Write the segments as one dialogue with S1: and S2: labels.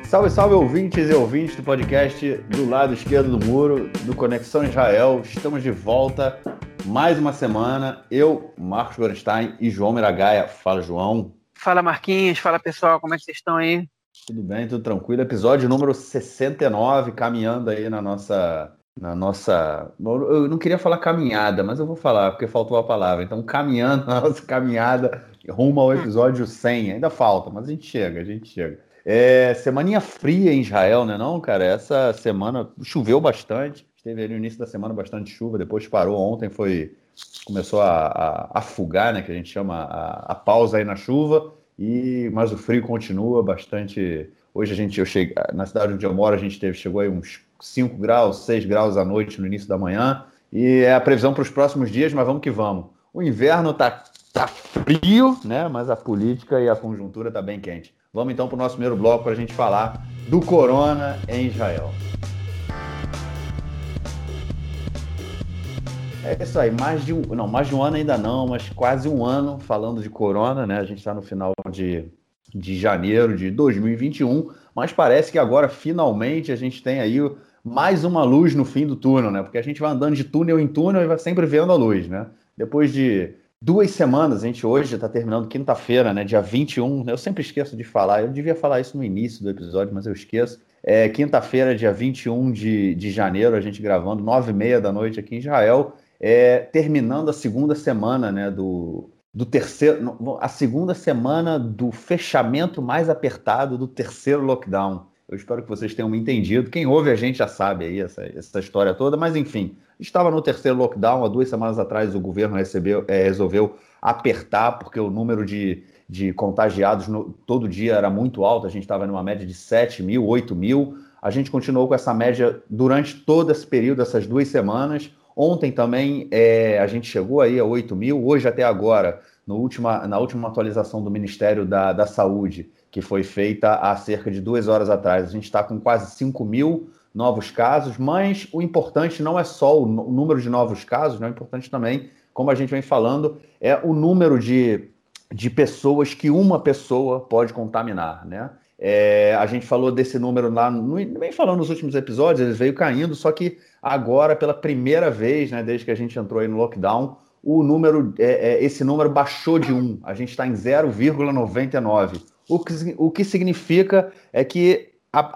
S1: Salve, salve, ouvintes e ouvintes do podcast do lado esquerdo do muro, do Conexão Israel. Estamos de volta, mais uma semana. Eu, Marcos Gorenstein e João Miragaia. Fala, João.
S2: Fala, Marquinhos. Fala, pessoal. Como é que vocês estão aí?
S1: Tudo bem, tudo tranquilo. Episódio número 69, caminhando aí na nossa... Eu não queria falar caminhada, mas eu vou falar, porque faltou a palavra. Então, caminhando na nossa caminhada rumo ao episódio 100. Ainda falta, mas a gente chega. Semaninha fria em Israel, né não, cara? Essa semana choveu bastante. Teve ali no início da semana bastante chuva, depois parou ontem, começou a afogar, né? Que a gente chama a pausa aí na chuva, mas o frio continua bastante. Hoje eu cheguei, na cidade onde eu moro, chegou aí uns 5 graus, 6 graus à noite no início da manhã, e é a previsão para os próximos dias, mas vamos que vamos. O inverno tá frio, né? Mas a política e a conjuntura tá bem quente. Vamos então para o nosso primeiro bloco para a gente falar do corona em Israel. É isso aí, mais de um ano ainda não, mas quase um ano falando de corona, né? A gente está no final de janeiro de 2021, mas parece que agora finalmente a gente tem aí mais uma luz no fim do túnel, né? Porque a gente vai andando de túnel em túnel e vai sempre vendo a luz, né? Depois de 2 semanas, a gente hoje está terminando quinta-feira, né? Dia 21, eu sempre esqueço de falar, eu devia falar isso no início do episódio, mas eu esqueছো. Quinta-feira, dia 21 de janeiro, a gente gravando, 9h30 da noite aqui em Israel, terminando a segunda semana, né, do terceiro, a segunda semana do fechamento mais apertado do terceiro lockdown. Eu espero que vocês tenham me entendido. Quem ouve a gente já sabe aí essa história toda, mas enfim, estava no terceiro lockdown. Há 2 semanas atrás o governo resolveu apertar, porque o número de contagiados todo dia era muito alto. A gente estava numa média de 7 mil, 8 mil. A gente continuou com essa média durante todo esse período, essas 2 semanas. Ontem também a gente chegou aí a 8 mil, hoje até agora, na última atualização do Ministério da Saúde, que foi feita há cerca de 2 horas atrás, a gente está com quase 5 mil novos casos, mas o importante não é só o número de novos casos, né? O importante também, como a gente vem falando, é o número de pessoas que uma pessoa pode contaminar, né? A gente falou desse número lá, vem falando nos últimos episódios, ele veio caindo, só que agora, pela primeira vez, né, desde que a gente entrou aí no lockdown, esse número baixou de 1, a gente está em 0,99, o que significa é que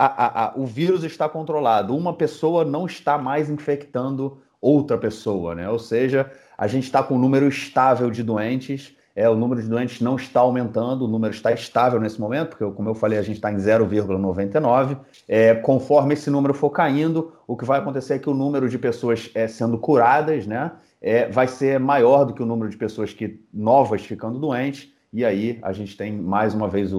S1: o vírus está controlado, uma pessoa não está mais infectando outra pessoa, né? Ou seja, a gente está com um número estável de doentes. O número de doentes não está aumentando, o número está estável nesse momento, porque, como eu falei, a gente está em 0,99. Conforme esse número for caindo, o que vai acontecer é que o número de pessoas sendo curadas, né, vai ser maior do que o número de pessoas novas ficando doentes, e aí a gente tem, mais uma vez,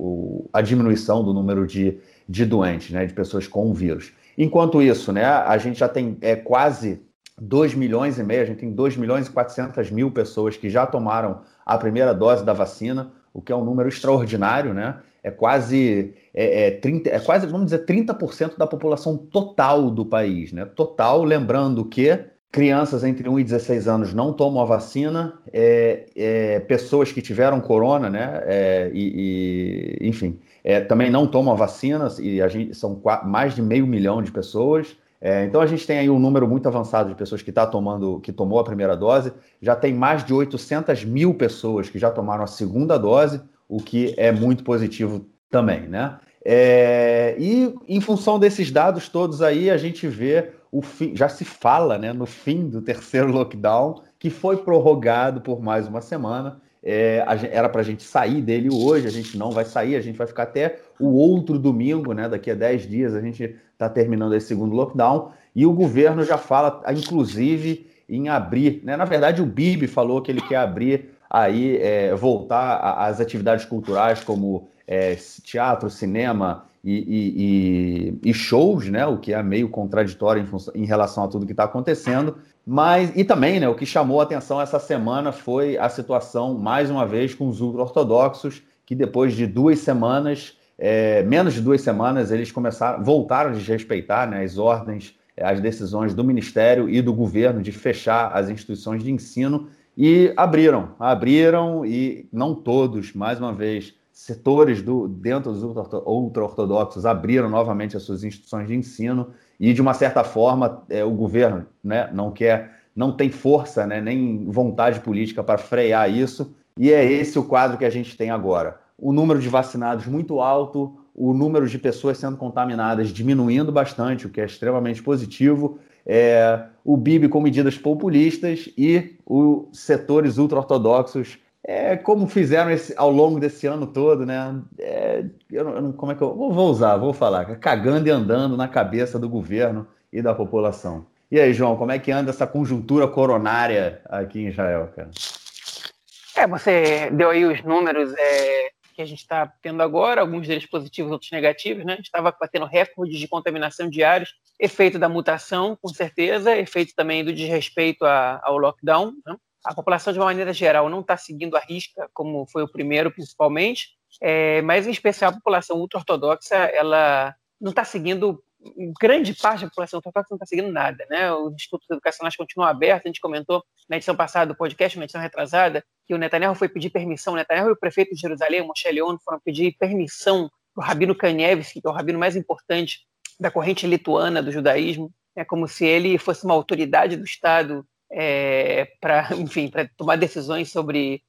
S1: a diminuição do número de doentes, né, de pessoas com o vírus. Enquanto isso, né, a gente já tem quase 2,5 milhões, a gente tem 2.400.000 pessoas que já tomaram a primeira dose da vacina, o que é um número extraordinário, né? É quase, vamos dizer, 30% da população total do país, né? Total, lembrando que crianças entre 1 e 16 anos não tomam a vacina, pessoas que tiveram corona, né? Enfim, também não tomam a vacina, e são mais de 500 mil de pessoas. Então a gente tem aí um número muito avançado de pessoas que tomou a primeira dose, já tem mais de 800 mil pessoas que já tomaram a segunda dose, o que é muito positivo também, né? E em função desses dados todos aí, a gente vê já se fala, né, no fim do terceiro lockdown, que foi prorrogado por mais uma semana. Era para a gente sair dele hoje, a gente não vai sair, a gente vai ficar até o outro domingo, né? Daqui a 10 dias a gente está terminando esse segundo lockdown, e o governo já fala, inclusive, em abrir, né? Na verdade, o Bibi falou que ele quer abrir aí, voltar às atividades culturais como teatro, cinema e shows, né? O que é meio contraditório em relação a tudo que está acontecendo. E também, né, o que chamou a atenção essa semana foi a situação, mais uma vez, com os ultra-ortodoxos, que depois de 2 semanas, menos de 2 semanas, eles voltaram a desrespeitar, né, as ordens, as decisões do Ministério e do governo de fechar as instituições de ensino, e abriram, e não todos, mais uma vez, setores dentro dos ultra-ortodoxos abriram novamente as suas instituições de ensino e, de uma certa forma, o governo, né, não tem força, né, nem vontade política para frear isso, e é esse o quadro que a gente tem agora. O número de vacinados muito alto, o número de pessoas sendo contaminadas diminuindo bastante, o que é extremamente positivo, o Bibi com medidas populistas e os setores ultra-ortodoxos, como fizeram ao longo desse ano todo, né? Como é que vou falar? Cagando e andando na cabeça do governo e da população. E aí, João, como é que anda essa conjuntura coronária aqui em Israel, cara?
S2: Você deu aí os números que a gente está tendo agora, alguns deles positivos, outros negativos, né? A gente estava batendo recordes de contaminação diários, efeito da mutação, com certeza, efeito também do desrespeito ao lockdown, né? A população, de uma maneira geral, não está seguindo a risca, como foi o primeiro, principalmente, mas, em especial, a população ultra-ortodoxa, ela não está seguindo, grande parte da população ortodoxa não está seguindo nada, né? Os institutos educacionais continuam abertos. A gente comentou na edição passada do podcast, na edição retrasada, que o Netanyahu foi pedir permissão. O Netanyahu e o prefeito de Jerusalém, Moshe Leon, foram pedir permissão para o Rabino Kanievski, que é o rabino mais importante da corrente lituana do judaísmo, como se ele fosse uma autoridade do Estado para tomar decisões sobre,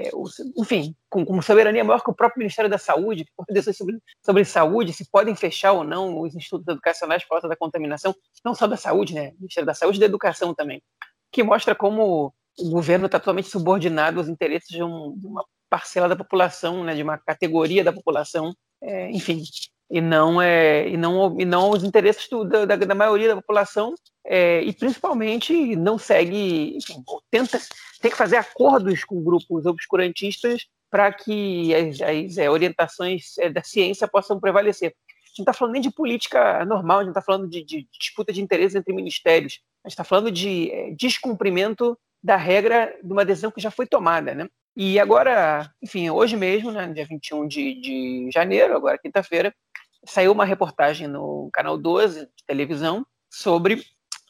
S2: com soberania maior que o próprio Ministério da Saúde, sobre saúde, se podem fechar ou não os institutos educacionais por causa da contaminação, não só da saúde, né? O Ministério da Saúde e da Educação também, que mostra como o governo está totalmente subordinado aos interesses de uma parcela da população, né? De uma categoria da população, e não aos interesses da maioria da população, e principalmente não segue, tem que fazer acordos com grupos obscurantistas para que as orientações da ciência possam prevalecer. A gente não está falando nem de política normal, a gente não está falando de disputa de interesses entre ministérios, a gente está falando de descumprimento da regra de uma decisão que já foi tomada, né? E agora, hoje mesmo, né, dia 21 de janeiro, agora quinta-feira, saiu uma reportagem no Canal 12 de televisão sobre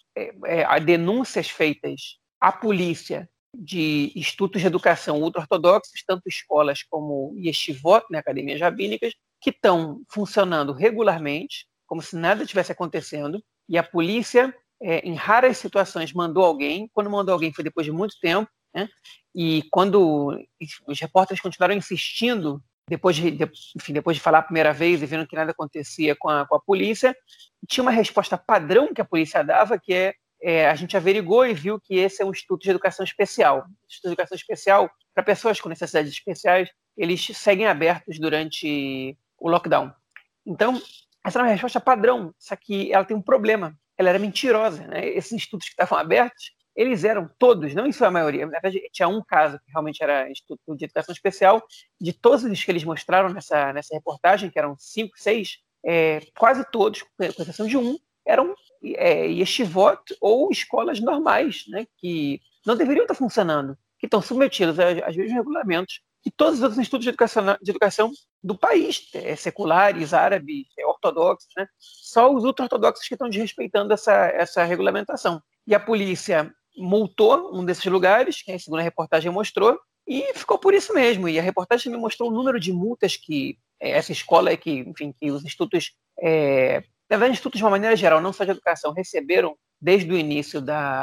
S2: denúncias feitas à polícia de institutos de educação ultra-ortodoxos, tanto escolas como yeshivot, né, academias rabínicas, que estão funcionando regularmente, como se nada tivesse acontecendo, e a polícia, em raras situações, mandou alguém. Quando mandou alguém foi depois de muito tempo, né? E quando os repórteres continuaram insistindo, depois de falar a primeira vez e vendo que nada acontecia com a polícia, tinha uma resposta padrão que a polícia dava, que a gente averigou e viu que esse é um instituto de educação especial. Instituto de educação especial, para pessoas com necessidades especiais, eles seguem abertos durante o lockdown. Então, essa era uma resposta padrão, só que ela tem um problema. Ela era mentirosa, né? Esses institutos que estavam abertos, eles eram todos, não em sua maioria, na verdade tinha um caso que realmente era Instituto de Educação Especial, de todos os que eles mostraram nessa reportagem, que eram 5, 6, quase todos, com exceção de um, eram yeshivot ou escolas normais, né, que não deveriam estar funcionando, que estão submetidos aos mesmos regulamentos que todos os outros institutos de educação do país, seculares, árabes, ortodoxos, né? Só os ultra-ortodoxos que estão desrespeitando essa regulamentação. E a polícia multou um desses lugares, que a segunda reportagem mostrou, e ficou por isso mesmo. E a reportagem também mostrou o número de multas que essa escola, que os institutos, na verdade, institutos de uma maneira geral, não só de educação, receberam desde o início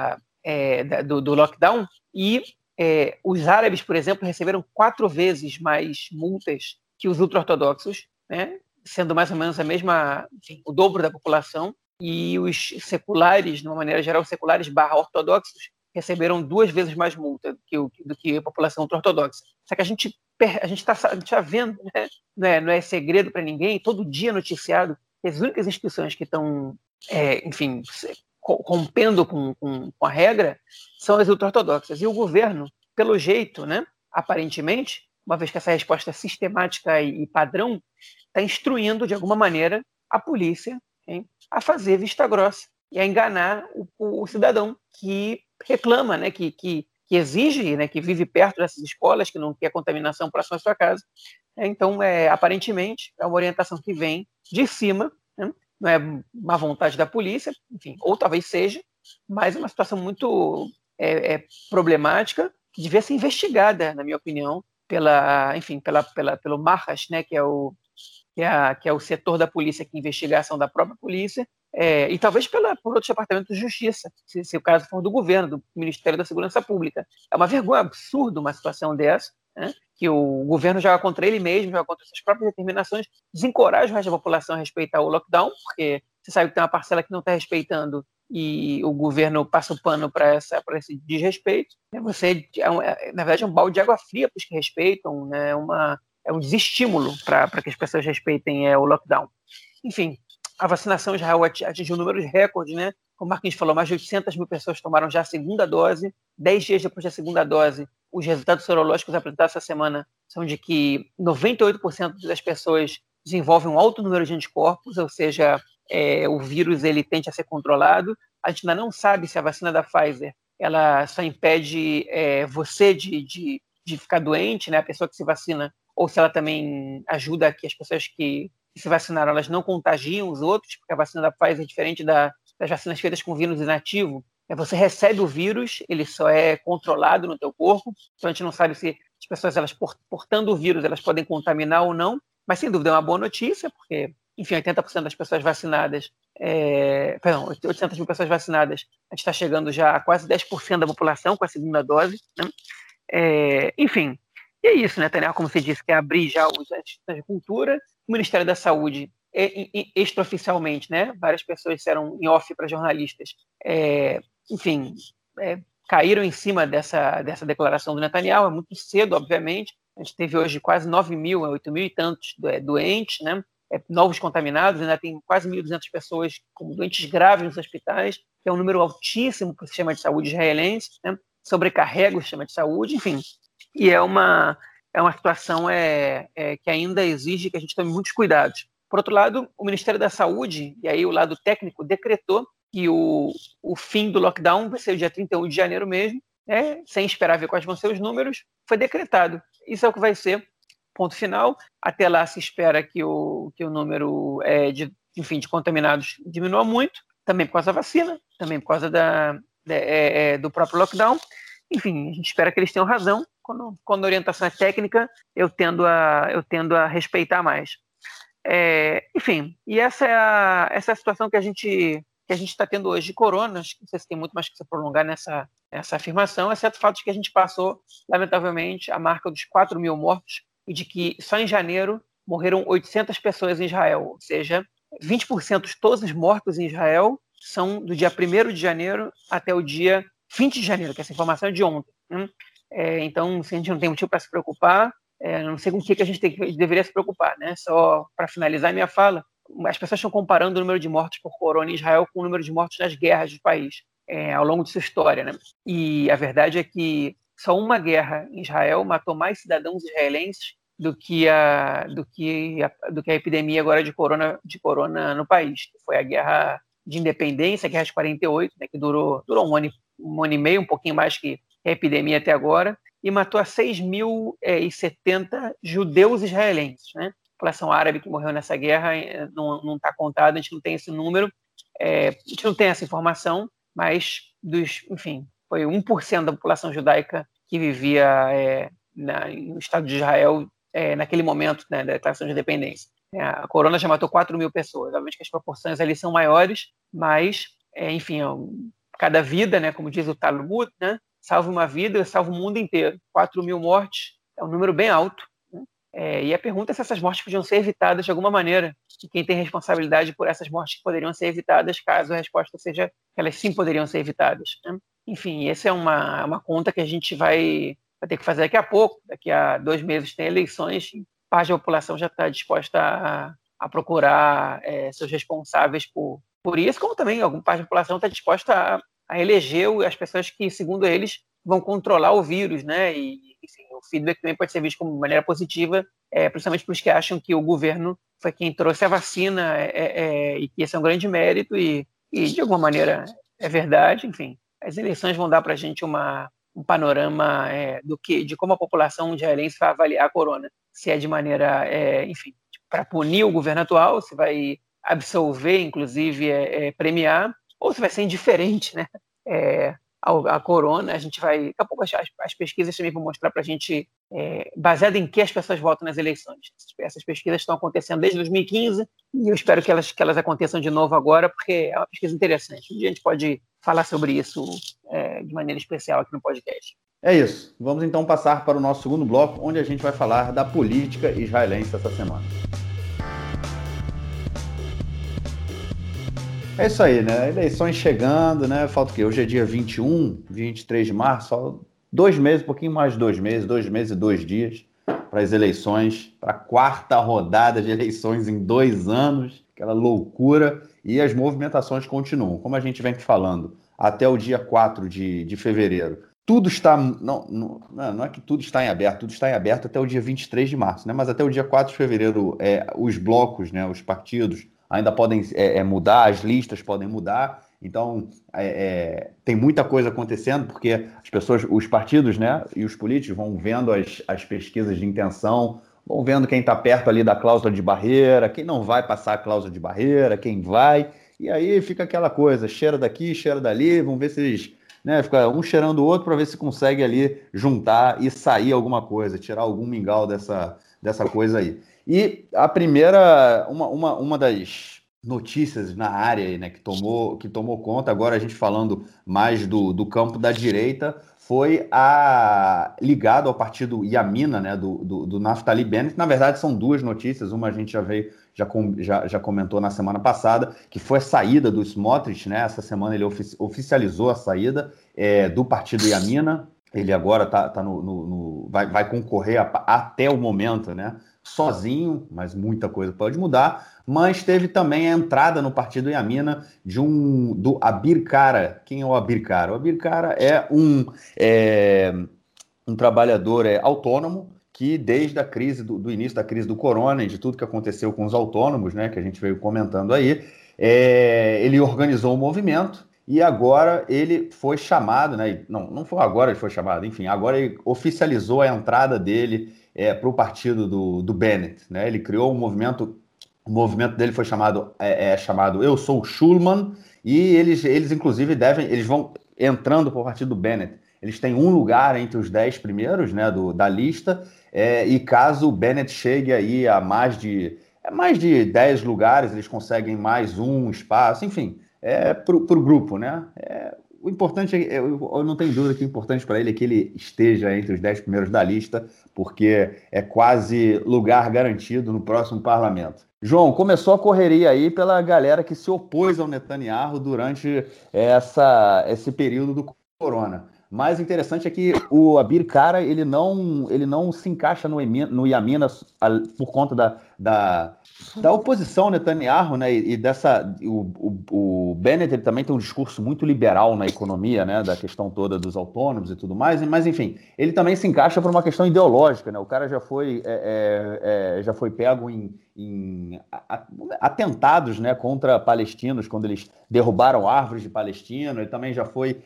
S2: do lockdown, e os árabes, por exemplo, receberam 4 vezes mais multas que os ultra-ortodoxos, né, sendo mais ou menos o dobro da população. E os seculares, de uma maneira geral, seculares / ortodoxos, receberam 2 vezes mais multa do que a população ultra-ortodoxa. Só que a gente está vendo, né? Não é segredo para ninguém, todo dia noticiado, que as únicas instituições que estão, rompendo com a regra são as ultra-ortodoxas. E o governo, pelo jeito, né, aparentemente, uma vez que essa resposta é sistemática e padrão, está instruindo, de alguma maneira, a polícia a fazer vista grossa e a enganar o cidadão que reclama, né, que exige, né, que vive perto dessas escolas, que não quer contaminação próxima à sua casa. Então, aparentemente, é uma orientação que vem de cima, né? Não é uma vontade da polícia, ou talvez seja, mas é uma situação muito problemática, que devia ser investigada, na minha opinião, pelo Marras, né, que é o setor da polícia que investiga a ação da própria polícia, e talvez por outros departamentos de justiça, se o caso for do governo, do Ministério da Segurança Pública. É uma vergonha absurda uma situação dessa, né, que o governo joga contra ele mesmo, joga contra suas próprias determinações, desencoraja o resto da população a respeitar o lockdown, porque você sabe que tem uma parcela que não está respeitando e o governo passa o pano para esse desrespeito. Na verdade, é um balde de água fria para os que respeitam, né, é um desestímulo para que as pessoas respeitem o lockdown. Enfim, a vacinação em Israel atingiu números recordes, né? Como o Marquinhos falou, mais de 800 mil pessoas tomaram já a segunda dose. 10 dias depois da segunda dose, os resultados sorológicos apresentados essa semana são de que 98% das pessoas desenvolvem um alto número de anticorpos, ou seja, o vírus ele tende a ser controlado. A gente ainda não sabe se a vacina da Pfizer ela só impede você de ficar doente, né? A pessoa que se vacina, ou se ela também ajuda que as pessoas que se vacinaram elas não contagiam os outros, porque a vacina da Pfizer é diferente das vacinas feitas com vírus inativo. Você recebe o vírus, ele só é controlado no teu corpo, então a gente não sabe se as pessoas, elas portando o vírus, elas podem contaminar ou não, mas sem dúvida é uma boa notícia, porque, enfim, 80% das pessoas vacinadas, 800 mil pessoas vacinadas, a gente está chegando já a quase 10% da população com a segunda dose, né? Enfim, e é isso, né, Netanyahu, como você disse, quer abrir já os institutos de cultura. O Ministério da Saúde, extraoficialmente, né, várias pessoas disseram em off para jornalistas, caíram em cima dessa declaração do Netanyahu. É muito cedo, obviamente. A gente teve hoje quase 9 mil, 8 mil e tantos doentes, né, novos contaminados, ainda tem quase 1.200 pessoas como doentes graves nos hospitais, que é um número altíssimo para o sistema de saúde israelense, né, sobrecarrega o sistema de saúde, enfim. E é uma situação que ainda exige que a gente tome muitos cuidados. Por outro lado, o Ministério da Saúde, e aí o lado técnico, decretou que o fim do lockdown vai ser o dia 31 de janeiro mesmo, né, sem esperar ver quais vão ser os números, foi decretado. Isso é o que vai ser, ponto final. Até lá se espera que o número de contaminados diminua muito, também por causa da vacina, também por causa do próprio lockdown. Enfim, a gente espera que eles tenham razão. Quando a orientação é técnica, eu tendo a respeitar mais. Enfim, e essa é a situação que a gente está tendo hoje de corona. Acho que não sei se tem muito mais que se prolongar nessa afirmação, exceto o fato de que a gente passou, lamentavelmente, a marca dos 4 mil mortos e de que só em janeiro morreram 800 pessoas em Israel, ou seja, 20% de todos os mortos em Israel são do dia 1º de janeiro até o dia 20 de janeiro, que essa informação é de ontem, né? Então, se a gente não tem motivo para se preocupar, não sei com o que a gente deveria se preocupar, né? Só para finalizar minha fala, as pessoas estão comparando o número de mortos por corona em Israel com o número de mortos nas guerras do país, ao longo de sua história, né? E a verdade é que só uma guerra em Israel matou mais cidadãos israelenses do que a epidemia agora de corona no país, que foi a guerra de independência, a guerra de 48, né, que durou um ano e meio, um pouquinho mais que a epidemia até agora, e matou a 6.070 judeus israelenses, né? A população árabe que morreu nessa guerra não está contada, a gente não tem esse número, a gente não tem essa informação, mas foi 1% da população judaica que vivia no Estado de Israel naquele momento, né, da declaração de independência. A corona já matou 4 mil pessoas. Obviamente que as proporções ali são maiores, mas, cada vida, né, como diz o Talmud, né, salva uma vida, salva o mundo inteiro. 4 mil mortes é um número bem alto, né? E a pergunta é se essas mortes podiam ser evitadas de alguma maneira, e quem tem responsabilidade por essas mortes que poderiam ser evitadas, caso a resposta seja que elas sim poderiam ser evitadas, né? Enfim, essa é uma conta que a gente vai ter que fazer daqui a pouco. Daqui a 2 meses tem eleições, parte da população já está disposta a procurar seus responsáveis por isso, como também alguma parte da população está disposta a eleger as pessoas que, segundo eles, vão controlar o vírus, né? E enfim, o feedback também pode ser visto como maneira positiva, principalmente para os que acham que o governo foi quem trouxe a vacina e que esse é um grande mérito e de alguma maneira é verdade. Enfim, as eleições vão dar para a gente um panorama de como a população israelense vai avaliar a corona. Se é de maneira, para punir o governo atual, se vai absolver, inclusive premiar, ou se vai ser indiferente, né, a corona. A gente vai... Daqui a pouco as pesquisas também vão mostrar para a gente baseado em que as pessoas votam nas eleições. Essas pesquisas estão acontecendo desde 2015 e eu espero que elas aconteçam de novo agora, porque é uma pesquisa interessante. Um dia a gente pode falar sobre isso de maneira especial aqui no podcast.
S1: É isso. Vamos então passar para o nosso segundo bloco, onde a gente vai falar da política israelense essa semana. É isso aí, né? Eleições chegando, né? Falta o quê? Hoje é dia 21, 23 de março, só 2 meses, um pouquinho mais de 2 meses, 2 meses e 2 dias para as eleições, para a quarta rodada de eleições em 2 anos, aquela loucura, e as movimentações continuam. Como a gente vem falando, até o dia 4 de fevereiro. Tudo está... Não é que tudo está em aberto, tudo está em aberto até o dia 23 de março, né? Mas até o dia 4 de fevereiro, os blocos, né, os partidos, ainda podem mudar, as listas podem mudar, então tem muita coisa acontecendo, porque as pessoas, os partidos, né, e os políticos vão vendo as pesquisas de intenção, vão vendo quem está perto ali da cláusula de barreira, quem não vai passar a cláusula de barreira, quem vai, e aí fica aquela coisa, cheira daqui, cheira dali, vão ver se eles, né, fica um cheirando o outro para ver se consegue ali juntar e sair alguma coisa, tirar algum mingau dessa coisa aí. E a primeira, uma das notícias na área, né, que tomou conta, agora a gente falando mais do campo da direita, foi ligado ao partido Yamina, né, do Naftali Bennett. Na verdade, são 2 notícias, uma a gente já comentou na semana passada, que foi a saída do Smotrich, né? Essa semana ele oficializou a saída do partido Yamina. Ele agora vai concorrer até o momento, né, sozinho, mas muita coisa pode mudar. Mas teve também a entrada no partido Yamina do Abir Kara. Quem é o Abir Kara? O Abir Kara é um trabalhador autônomo que desde a crise do início da crise do corona e de tudo que aconteceu com os autônomos, né, que a gente veio comentando aí, ele organizou um movimento e agora ele foi chamado, né? Não foi agora ele foi chamado, enfim, agora ele oficializou a entrada dele para o partido do Bennett, né? Ele criou um movimento, o movimento dele foi chamado Eu Sou Schulman, e eles inclusive eles vão entrando para o partido do Bennett. Eles têm um lugar entre os 10 primeiros, né, da lista, e caso o Bennett chegue aí a mais de 10 lugares, eles conseguem mais um espaço, enfim, para o grupo, né? O importante, eu não tenho dúvida que o importante para ele é que ele esteja entre os 10 primeiros da lista, porque é quase lugar garantido no próximo parlamento. João, começou a correria aí pela galera que se opôs ao Netanyahu durante esse período do corona. Mais interessante é que o Abir Kara ele não se encaixa no Yamina por conta da oposição ao Netanyahu, né? O Bennett ele também tem um discurso muito liberal na economia, né? Da questão toda dos autônomos e tudo mais, mas enfim, ele também se encaixa por uma questão ideológica, né? O cara já foi pego em atentados, né, contra palestinos, quando eles derrubaram árvores de palestino. Ele também já foi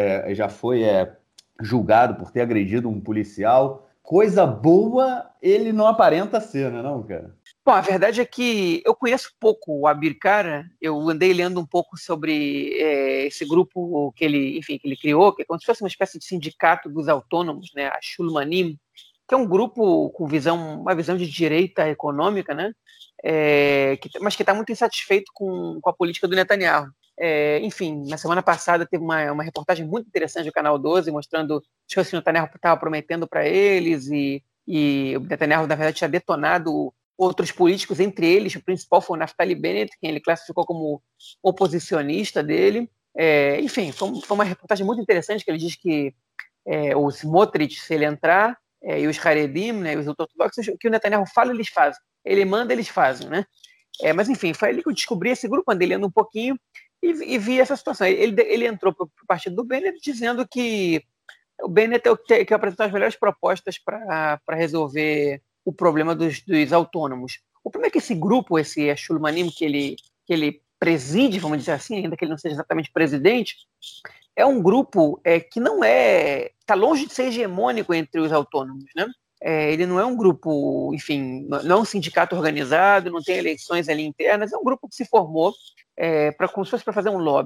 S1: julgado por ter agredido um policial. Coisa boa ele não aparenta ser, né, não, cara?
S2: Bom, a verdade é que eu conheço pouco o Abir Kara. Eu andei lendo um pouco sobre esse grupo que ele criou, que é como se fosse uma espécie de sindicato dos autônomos, né, a Shulmanim, que é um grupo com uma visão de direita econômica, né, mas que está muito insatisfeito com a política do Netanyahu. Enfim, na semana passada teve uma reportagem muito interessante do Canal 12 mostrando as coisas que o Netanyahu estava prometendo para eles, e o Netanyahu, na verdade, tinha detonado outros políticos, entre eles o principal foi o Naftali Bennett, quem ele classificou como oposicionista dele. Enfim, foi uma reportagem muito interessante, que ele diz que o Smotrich, se ele entrar, e os Haredim, né, os ortodoxos, o que o Netanyahu fala, eles fazem. Ele manda, eles fazem, né? Mas enfim, foi ali que eu descobri esse grupo, andei lendo um pouquinho e vi essa situação. Ele entrou para o partido do Bennett dizendo que o Bennett é o que apresentou as melhores propostas para resolver o problema dos autônomos. O problema é que esse grupo, esse Shulmanim, que ele preside, vamos dizer assim, ainda que ele não seja exatamente presidente, é um grupo que não está longe de ser hegemônico entre os autônomos, né? Ele não é um grupo, enfim, não é um sindicato organizado, não tem eleições ali internas, é um grupo que se formou como se fosse para fazer um lobby,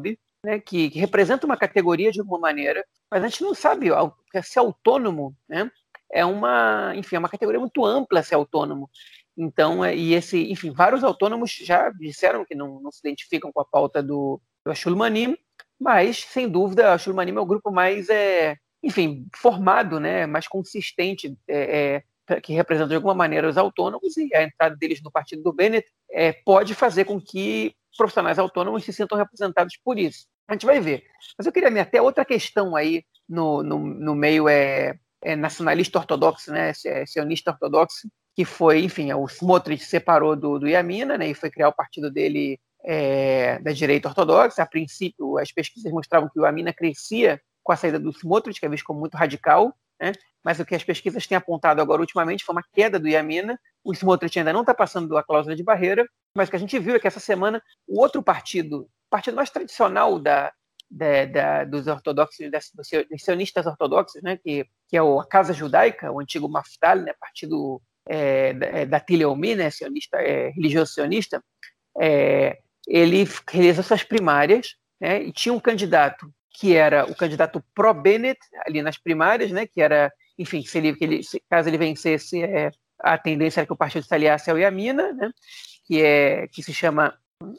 S2: né, que representa uma categoria de alguma maneira, mas a gente não sabe ser autônomo, né? Enfim, é uma categoria muito ampla ser autônomo. Então, enfim, vários autônomos já disseram que não se identificam com a pauta do Ashul Manim, mas, sem dúvida, o Ashul Manim é o grupo mais, enfim, formado, né, mais consistente, que representa de alguma maneira os autônomos, e a entrada deles no partido do Bennett pode fazer com que profissionais autônomos se sintam representados por isso. A gente vai ver. Mas eu queria me até outra questão aí no meio nacionalista ortodoxo, né, sionista ortodoxo, que foi, enfim, o Smotrich separou do Yamina, né, e foi criar o partido dele da direita ortodoxa. A princípio, as pesquisas mostravam que o Yamina crescia com a saída do Smotrich, que é visto como muito radical, né, mas o que as pesquisas têm apontado agora ultimamente foi uma queda do Yamina. O Smotrich ainda não está passando a cláusula de barreira, mas o que a gente viu é que essa semana o outro partido, o partido mais tradicional dos ortodoxos, dos sionistas ortodoxos, né, que é a Casa Judaica, o antigo Mafdal, né, partido da Tileomi, né, sionista, religioso sionista, ele realizou suas primárias, né, e tinha um candidato que era o candidato pró-Bennett ali nas primárias, né, que era, enfim, caso ele vencesse, a tendência era que o partido se aliasse ao Yamina, né, que se chama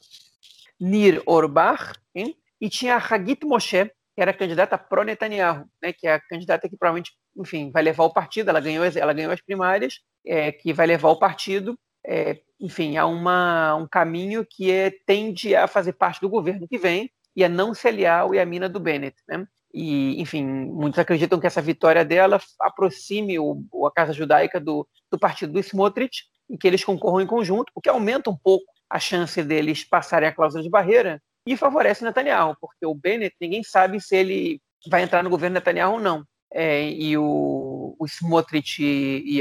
S2: Nir Orbach, hein? E tinha a Hagit Moshe, que era a candidata pró-Netanyahu, né, que é a candidata que provavelmente, enfim, vai levar o partido. Ela ganhou as primárias, que vai levar o partido, enfim, a um caminho que tende a fazer parte do governo que vem e a não se aliar ao Yamina do Bennett, né? E, enfim, muitos acreditam que essa vitória dela aproxime a Casa Judaica do partido do Smotrich e que eles concorram em conjunto, o que aumenta um pouco a chance deles passarem a cláusula de barreira e favorece Netanyahu, porque o Bennett, ninguém sabe se ele vai entrar no governo Netanyahu ou não. E o Smotrich e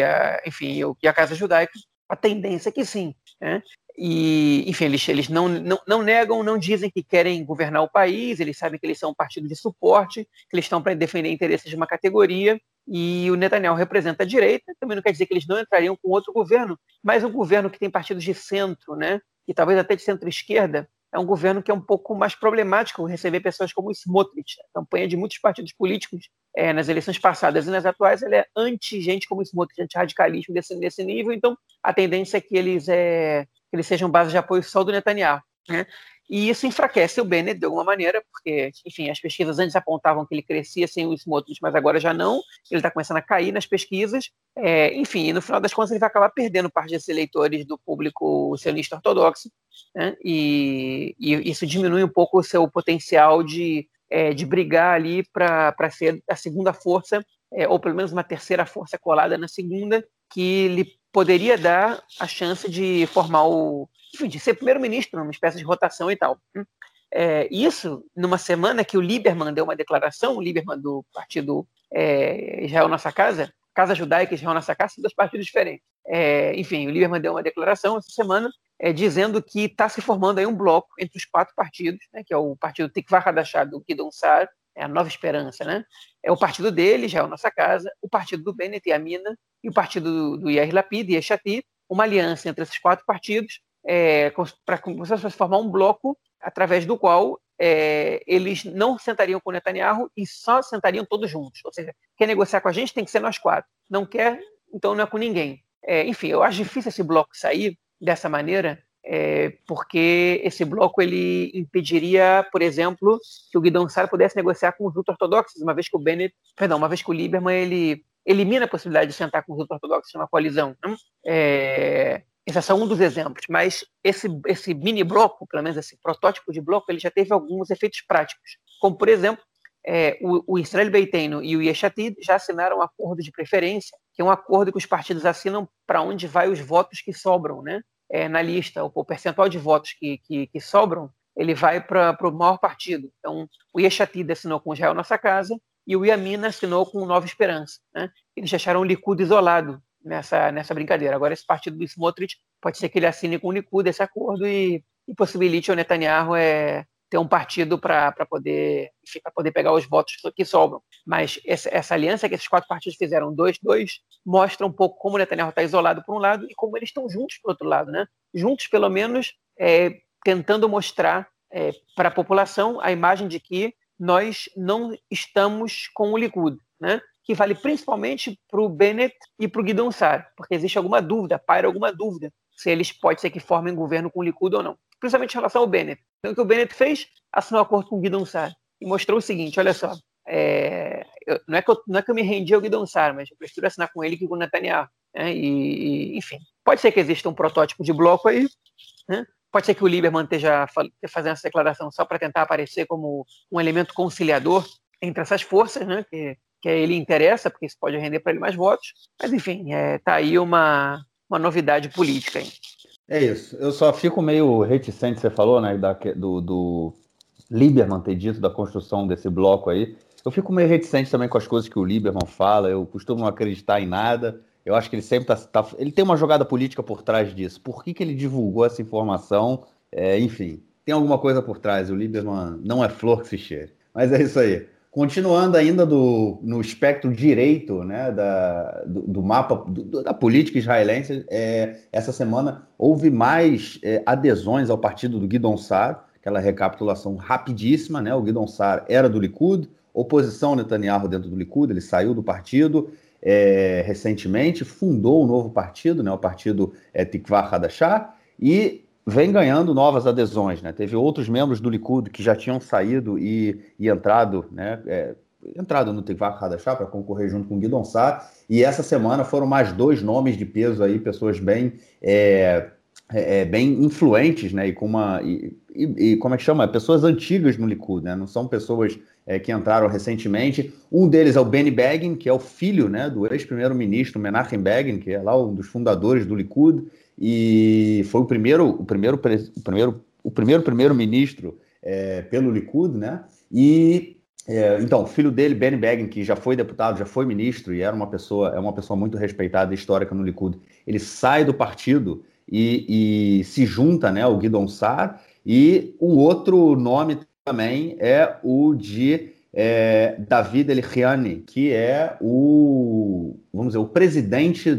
S2: a Casa Judaica, a tendência é que sim, né? E, enfim, eles não negam, não dizem que querem governar o país, eles sabem que eles são um partido de suporte, que eles estão para defender interesses de uma categoria, e o Netanyahu representa a direita. Também não quer dizer que eles não entrariam com outro governo, mas um governo que tem partidos de centro, né, e talvez até de centro-esquerda, é um governo que é um pouco mais problemático receber pessoas como o Smotrich. A campanha de muitos partidos políticos nas eleições passadas e nas atuais, ela é anti-gente como o Smotrich, anti-radicalismo desse nível. Então, a tendência é que eles sejam base de apoio só do Netanyahu, né? E isso enfraquece o Bennett de alguma maneira, porque, enfim, as pesquisas antes apontavam que ele crescia sem o Smotrich, mas agora já não. Ele está começando a cair nas pesquisas. Enfim, e no final das contas ele vai acabar perdendo parte desses eleitores do público sionista ortodoxo, né? E isso diminui um pouco o seu potencial de brigar ali para ser a segunda força, ou pelo menos uma terceira força colada na segunda, que lhe poderia dar a chance de formar de ser primeiro-ministro, numa espécie de rotação e tal. Isso numa semana que o Lieberman deu uma declaração, o Lieberman do partido Israel Nossa Casa Judaica e Israel Nossa Casa, são dois partidos diferentes. Enfim, o Lieberman deu uma declaração essa semana dizendo que está se formando aí um bloco entre os 4 partidos, né, que é o partido Tikva Hadashah do Gideon Sa'ar, a Nova Esperança, né? É o partido dele, Israel Nossa Casa, o partido do Bennett e Yamina, e o partido do Yair Lapid e Yesh Atid, uma aliança entre esses 4 partidos, para formar um bloco através do qual eles não sentariam com o Netanyahu e só sentariam todos juntos. Ou seja, quer negociar com a gente tem que ser nós 4. Não quer, então não é com ninguém. Enfim, eu acho difícil esse bloco sair dessa maneira, porque esse bloco ele impediria, por exemplo, que o Gideon Sa'ar pudesse negociar com os ultra-ortodoxos, uma vez que o Lieberman ele elimina a possibilidade de sentar com os ultra-ortodoxos numa coalizão. Esse é só um dos exemplos, mas esse mini bloco, pelo menos esse protótipo de bloco, ele já teve alguns efeitos práticos, como, por exemplo, o Israel Beiteinu e o Yesh Atid já assinaram um acordo de preferência, que é um acordo que os partidos assinam para onde vai os votos que sobram, né? Na lista, o percentual de votos que sobram, ele vai para o maior partido. Então, o Yesh Atid assinou com o Israel Nossa Casa e o Yamina assinou com o Nova Esperança, né? Eles deixaram o Likud isolado nessa brincadeira. Agora, esse partido do Smotrich, pode ser que ele assine com o Likud esse acordo e possibilite ao Netanyahu ter um partido para poder pegar os votos que sobram. Mas essa aliança que esses 4 partidos fizeram, 2-2, mostra um pouco como o Netanyahu está isolado por um lado e como eles estão juntos por outro lado, né? Juntos, pelo menos, tentando mostrar para a população a imagem de que nós não estamos com o Likud, né? Que vale principalmente para o Bennett e para o Guidon Saar, porque existe alguma dúvida, paira alguma dúvida, se eles pode ser que formem governo com o Likud ou não, principalmente em relação ao Bennett. Então, o que o Bennett fez? Assinou um acordo com o Guidon Saar e mostrou o seguinte, olha só, não é que eu me rendi ao Guidon Saar, mas eu prefiro assinar com ele que com o Netanyahu. Enfim, pode ser que exista um protótipo de bloco aí, né? Pode ser que o Lieberman esteja fazendo essa declaração só para tentar aparecer como um elemento conciliador entre essas forças, né? Que a ele interessa, porque isso pode render para ele mais votos. Mas, enfim, tá aí uma novidade política. Hein?
S1: É isso. Eu só fico meio reticente, você falou, né, do Lieberman ter dito da construção desse bloco aí. Eu fico meio reticente também com as coisas que o Lieberman fala. Eu costumo não acreditar em nada. Eu acho que ele sempre ele tem uma jogada política por trás disso. Por que ele divulgou essa informação? Enfim, tem alguma coisa por trás. O Lieberman não é flor que se cheire. Mas é isso aí. Continuando ainda no espectro direito, né, do mapa da política israelense, essa semana houve mais adesões ao partido do Guidon Saar, aquela recapitulação rapidíssima, né? O Guidon Saar era do Likud, oposição ao Netanyahu dentro do Likud, ele saiu do partido recentemente, fundou um novo partido, né, o partido Tikva Hadashah, e vem ganhando novas adesões, né? Teve outros membros do Likud que já tinham saído e entrado, né? Entrado no Tikva Hadashah para concorrer junto com o Guidon Saar, e essa semana foram mais 2 nomes de peso aí, pessoas bem influentes, né? E com como é que chama? Pessoas antigas no Likud, né? Não são pessoas que entraram recentemente. Um deles é o Benny Begin, que é o filho, né, do ex-primeiro-ministro Menachem Begin, que é lá um dos fundadores do Likud, e foi o primeiro primeiro-ministro pelo Likud, né? E então, o filho dele, Benny Begin, que já foi deputado, já foi ministro e é uma pessoa muito respeitada e histórica no Likud, ele sai do partido e se junta, né, ao Guidon Saar. E o outro nome também é o de David Elichiani, que é o presidente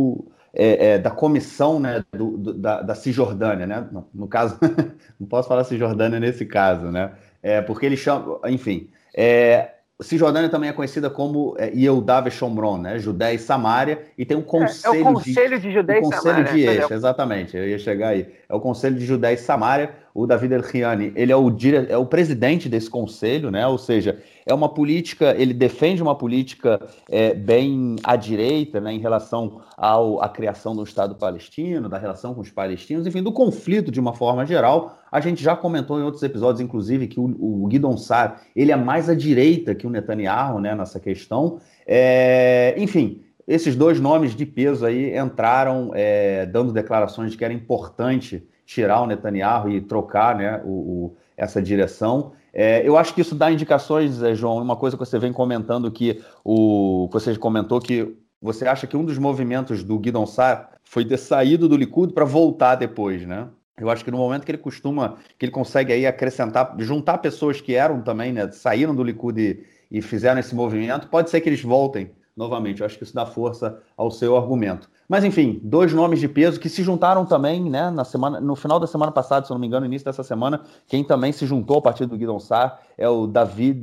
S1: da comissão, né, da Cisjordânia, né? No caso, não posso falar Cisjordânia nesse caso, né? Porque ele chama, enfim, Cisjordânia também é conhecida como Yehudá Shomron, né? Judéia e Samária, e tem um conselho
S2: é o Conselho de Judéia e Samária.
S1: Exatamente, eu ia chegar aí. É o Conselho de Judéia e Samária. O David Elichiani, ele é o presidente desse conselho, né? Ou seja, é uma política, ele defende uma política bem à direita, né, em relação à criação do Estado palestino, da relação com os palestinos, enfim, do conflito de uma forma geral. A gente já comentou em outros episódios, inclusive, que o Guidon Saar, ele é mais à direita que o Netanyahu, né, nessa questão. Enfim, esses 2 nomes de peso aí entraram dando declarações de que era importante tirar o Netanyahu e trocar, né, essa direção. Eu acho que isso dá indicações, João, uma coisa que você vem comentando, que você comentou que você acha que um dos movimentos do Guidon Saar foi ter saído do Likud para voltar depois, né? Eu acho que no momento que ele consegue aí acrescentar, juntar pessoas que eram também, né, saíram do Likud e fizeram esse movimento, pode ser que eles voltem novamente. Eu acho que isso dá força ao seu argumento. Mas, enfim, 2 nomes de peso que se juntaram também, né, no final da semana passada, se eu não me engano, no início dessa semana, quem também se juntou ao partido do Guidon Saar é o David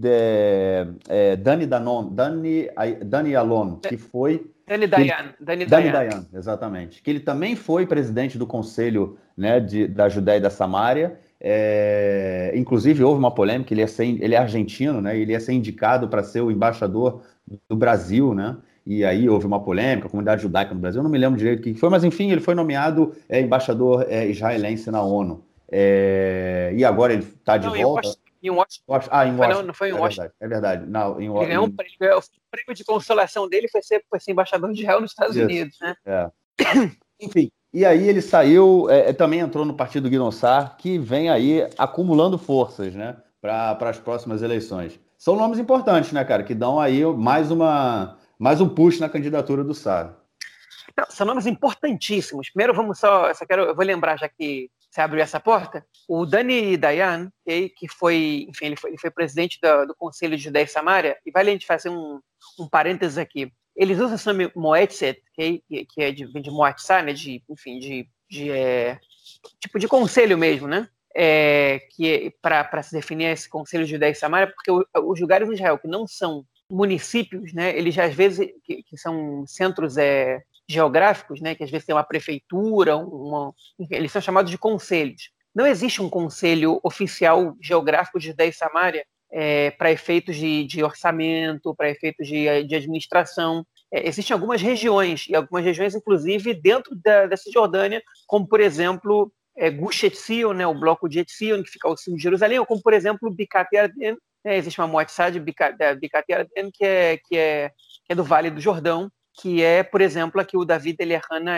S1: Dani Alon, que foi...
S2: Dani Dayan,
S1: exatamente. Que ele também foi presidente do Conselho, né, da Judéia e da Samária. Inclusive, houve uma polêmica, ele é argentino, né, ele ia ser indicado para ser o embaixador do Brasil, né? E aí houve uma polêmica, a comunidade judaica no Brasil, eu não me lembro direito o que foi, mas enfim, ele foi nomeado embaixador israelense na ONU. E agora ele está de volta.
S2: Em Washington.
S1: Em Washington.
S2: Não foi em Washington.
S1: É verdade. Não,
S2: ele ganhou o prêmio de consolação dele foi ser embaixador de Israel nos Estados Unidos, né?
S1: Enfim, e aí ele saiu, também entrou no partido do Guidon Saar, que vem aí acumulando forças, né, para as próximas eleições. São nomes importantes, né, cara, que dão aí mais um push na candidatura do Saar.
S2: Não, são nomes importantíssimos. Primeiro, eu vou lembrar, já que você abriu essa porta, o Dani Dayan, que foi, enfim, ele foi presidente do Conselho de Judéia e Samária, e vale a gente fazer um parênteses aqui. Eles usam esse nome Moetzet, que vem de Moatzá, né, tipo de conselho mesmo, né? para se definir esse Conselho de Judéia e Samária, porque os lugares em Israel que não são municípios, né, eles às vezes que são centros geográficos, né, que às vezes tem uma prefeitura, eles são chamados de conselhos. Não existe um conselho oficial geográfico de Judéia e Samária para efeitos de orçamento, para efeitos de administração. Existem algumas regiões, e algumas regiões, inclusive, dentro da Cisjordânia, como, por exemplo, Gush Etzion, né, o bloco de Etzion, que fica ao sul de Jerusalém, ou como, por exemplo, Bicat Yarden, né, existe uma moatzá de Bicat Yarden, que é do Vale do Jordão, que é, por exemplo, aqui o David Eliahana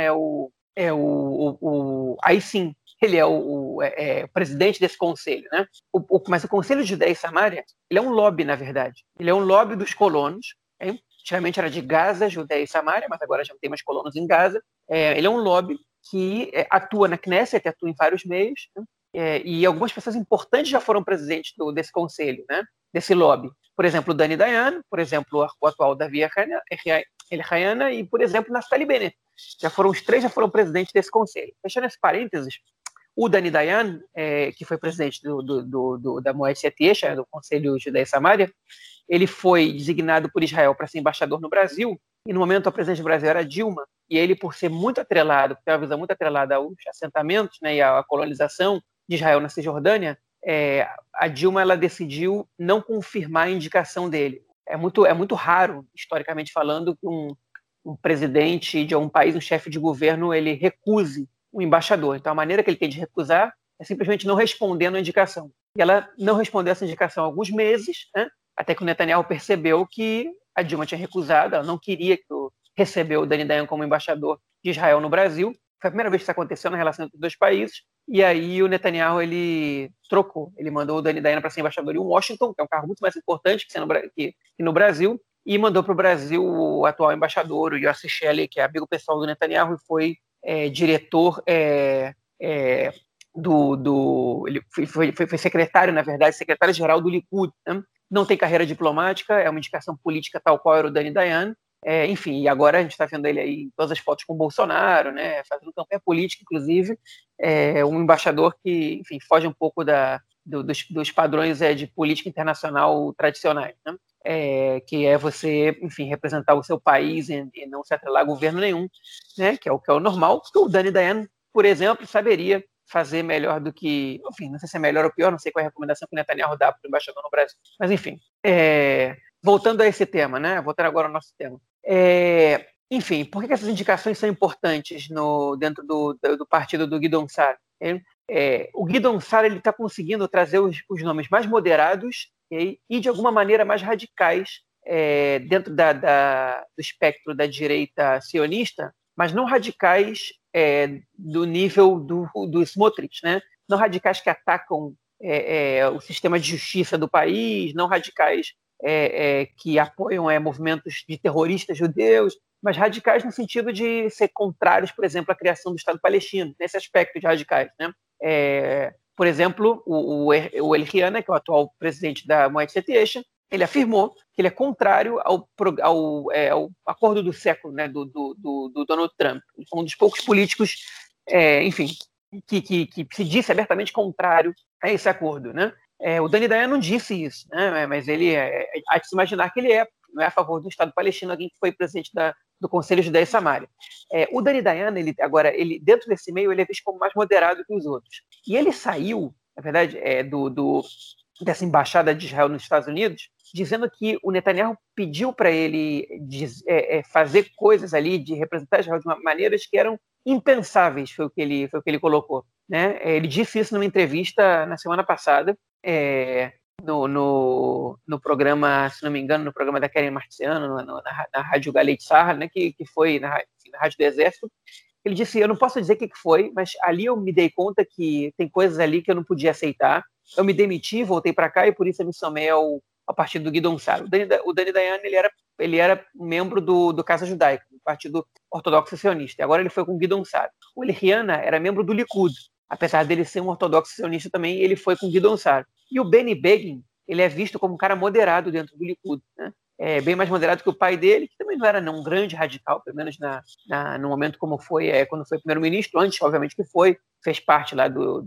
S2: aí sim, ele é o presidente desse conselho, né? Mas o Conselho de Judéia e Samária, ele é um lobby, na verdade. Ele é um lobby dos colonos. Antigamente era de Gaza, Judéia e Samária, mas agora já não tem mais colonos em Gaza. Ele é um lobby que atua na Knesset, atua em vários meios, né? E algumas pessoas importantes já foram presidentes desse conselho, né? Desse lobby. Por exemplo, o Dani Dayan, por exemplo, o atual Davi Eliahana e, por exemplo, Naftali Bennett. Os três já foram presidentes desse conselho. Fechando esse parênteses, o Dani Dayan, que foi presidente da Moed Yesha, do Conselho Judéia e Samária, ele foi designado por Israel para ser embaixador no Brasil, e no momento a presidente do Brasil era Dilma, e ele, por ser muito atrelado, por ter uma visão muito atrelada aos assentamentos, né, e à colonização de Israel na Cisjordânia, a Dilma ela decidiu não confirmar a indicação dele. É muito raro, historicamente falando, que um presidente de um país, um chefe de governo, ele recuse um embaixador. Então, a maneira que ele tem de recusar é simplesmente não respondendo a indicação. E ela não respondeu essa indicação há alguns meses, né? Até que o Netanyahu percebeu que a Dilma tinha recusado, ela não queria receber o Dani Dayan como embaixador de Israel no Brasil. Foi a primeira vez que isso aconteceu na relação entre os dois países. E aí o Netanyahu, ele trocou. Ele mandou o Dani Dayan para ser embaixador em Washington, que é um cargo muito mais importante que no Brasil, e mandou para o Brasil o atual embaixador, o Yossi Shelley, que é amigo pessoal do Netanyahu, e foi diretor ele foi secretário, na verdade, secretário-geral do Likud, né? Não tem carreira diplomática, é uma indicação política tal qual era o Dani Dayan. Enfim, e agora a gente está vendo ele aí em todas as fotos com o Bolsonaro, né, fazendo campanha política, inclusive, um embaixador que, enfim, foge um pouco dos padrões de política internacional tradicionais, né? Que é você, enfim, representar o seu país e não se atrelar a governo nenhum, né, que é o normal, porque o Dani Dayan, por exemplo, saberia fazer melhor do que, enfim, não sei se é melhor ou pior, não sei qual é a recomendação que o Netanyahu dá para o embaixador no Brasil, mas enfim, voltando a esse tema, né, voltando agora ao nosso tema, enfim, por que essas indicações são importantes dentro do partido do Gideon Sa'ar? O Gideon Sa'ar está conseguindo trazer os nomes mais moderados e de alguma maneira mais radicais dentro do espectro da direita sionista, mas não radicais do nível do Smotrich, né? Não radicais que atacam o sistema de justiça do país, não radicais que apoiam movimentos de terroristas judeus, mas radicais no sentido de ser contrários, por exemplo, à criação do Estado palestino, nesse aspecto de radicais, né? Por exemplo, o Eliahana, que é o atual presidente da Moed Yesha, ele afirmou que ele é contrário ao acordo do século, né, do Donald Trump. Ele foi um dos poucos políticos, enfim, que se disse abertamente contrário a esse acordo, né? O Dani Dayan não disse isso, né? Mas ele há de se imaginar que ele não é a favor do Estado palestino, alguém que foi presidente do Conselho de Judéia e Samária. O Dani Dayan, ele dentro desse meio, ele é visto como mais moderado que os outros. E ele saiu, na verdade, dessa embaixada de Israel nos Estados Unidos, dizendo que o Netanyahu pediu para ele fazer coisas ali, de representar Israel de maneiras que eram impensáveis, foi o que ele colocou, né? Ele disse isso numa entrevista na semana passada, no programa, se não me engano, no programa da Keren Marciano, na Rádio Galei Tzahal, né, que foi na Rádio do Exército. Ele disse, eu não posso dizer o que foi, mas ali eu me dei conta que tem coisas ali que eu não podia aceitar. Eu me demiti, voltei para cá e por isso eu me somei ao partido do Gideon Sa'ar. O Dani Dayan, ele era membro do Casa Judaica, do Partido Ortodoxo Sionista, e agora ele foi com o Gideon Sa'ar. O Eliahana era membro do Likud, apesar dele ser um ortodoxo sionista também, ele foi com o Gideon Sa'ar. E o Benny Begin, ele é visto como um cara moderado dentro do Likud, né? Bem mais moderado que o pai dele, que também não era um grande radical, pelo menos no momento como foi, quando foi primeiro-ministro, antes, obviamente, que fez parte lá do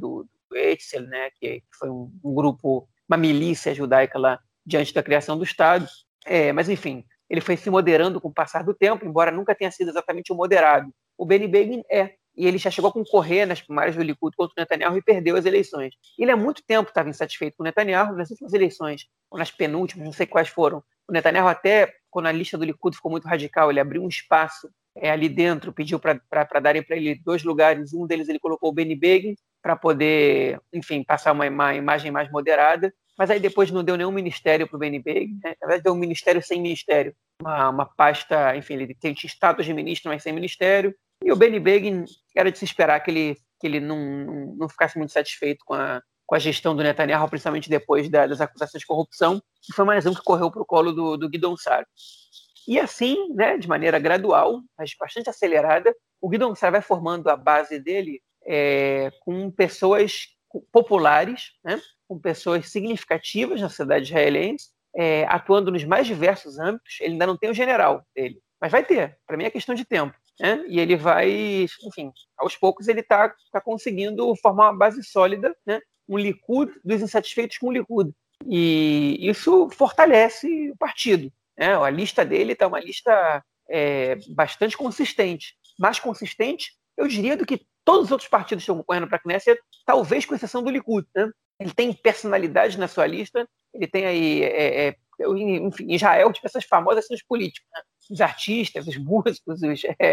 S2: Etzel, né, que foi um grupo, uma milícia judaica lá diante da criação do Estado. Mas, enfim, ele foi se moderando com o passar do tempo, embora nunca tenha sido exatamente um moderado. O Benny Begin e ele já chegou a concorrer nas primárias do Likud contra o Netanyahu e perdeu as eleições. Ele há muito tempo estava insatisfeito com o Netanyahu, nas últimas eleições, ou nas penúltimas, não sei quais foram. O Netanyahu até, quando a lista do Likud ficou muito radical, ele abriu um espaço ali dentro, pediu para darem para ele 2 lugares, um deles ele colocou o Benny Begin, para poder, enfim, passar uma imagem mais moderada, mas aí depois não deu nenhum ministério para o Benny Begin, né? Na verdade deu um ministério sem ministério, uma pasta, enfim, ele tinha status de ministro, mas sem ministério, e o Benny Begin era de se esperar que ele não ficasse muito satisfeito com a gestão do Netanyahu, principalmente depois das acusações de corrupção, que foi mais um que correu para o colo do Guidon Sar. E assim, né, de maneira gradual, mas bastante acelerada, o Guidon Sar vai formando a base dele com pessoas populares, né, com pessoas significativas na sociedade israelense, atuando nos mais diversos âmbitos. Ele ainda não tem o general dele, mas vai ter. Para mim é questão de tempo. Né? E ele vai, enfim, aos poucos ele está conseguindo formar uma base sólida, né? Um Likud dos insatisfeitos com o Likud. E isso fortalece o partido. Né? A lista dele está uma lista bastante consistente. Mais consistente, eu diria, do que todos os outros partidos que estão concorrendo para a Knesset, talvez com exceção do Likud. Né? Ele tem personalidade na sua lista, ele tem aí, enfim, em Israel, tipo, essas famosas são os políticos, né? Os artistas, os músicos,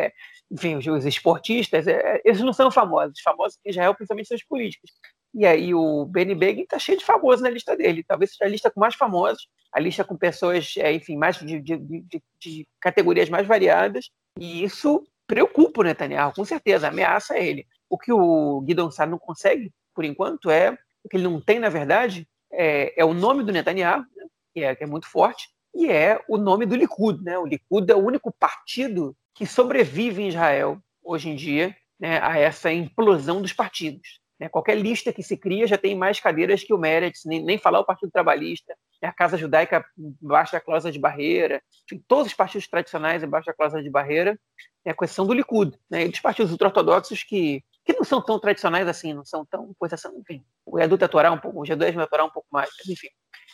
S2: os esportistas, eles não são famosos. Os famosos em Israel, principalmente, são os políticos. E aí o Benny Begin está cheio de famosos na lista dele. Talvez seja a lista com mais famosos, a lista com pessoas, enfim, mais de categorias mais variadas. E isso preocupa o Netanyahu, com certeza, ameaça ele. O que o Guidon Sar não consegue, por enquanto, o que ele não tem, na verdade, é o nome do Netanyahu, né, que é muito forte, e é o nome do Likud. Né? O Likud é o único partido que sobrevive em Israel, hoje em dia, né, a essa implosão dos partidos. Né? Qualquer lista que se cria já tem mais cadeiras que o Meretz, nem falar o Partido Trabalhista, né? A Casa Judaica embaixo da cláusula de barreira, enfim, todos os partidos tradicionais embaixo da cláusula de barreira, com exceção do Likud, né? E dos partidos ultra-ortodoxos que não são tão tradicionais assim, não são tão... enfim, o Yadut Torá um pouco, o G2 Torá um pouco mais, mas enfim.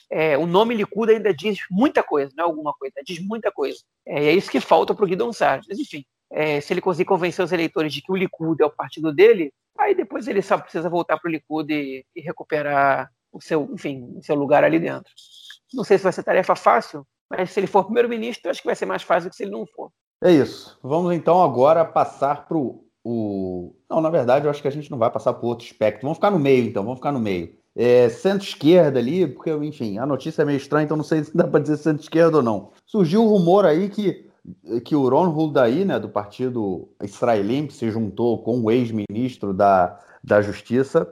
S2: O nome Likud ainda diz muita coisa, não é alguma coisa, diz muita coisa. E é isso que falta para o Guidon Sar. Mas, enfim, se ele conseguir convencer os eleitores de que o Likud é o partido dele, aí depois ele só precisa voltar para o Likud e recuperar o seu lugar ali dentro. Não sei se vai ser tarefa fácil, mas se ele for primeiro-ministro, acho que vai ser mais fácil do que se ele não for.
S1: É isso. Vamos então agora passar para o... Não, na verdade, eu acho que a gente não vai passar para o outro espectro. Vamos ficar no meio, então. Vamos ficar no meio. Centro-esquerda ali, porque, enfim, a notícia é meio estranha, então não sei se dá para dizer centro-esquerda ou não. Surgiu o rumor aí que o Ron Huldaí, né, do partido israelim, que se juntou com o ex-ministro da Justiça,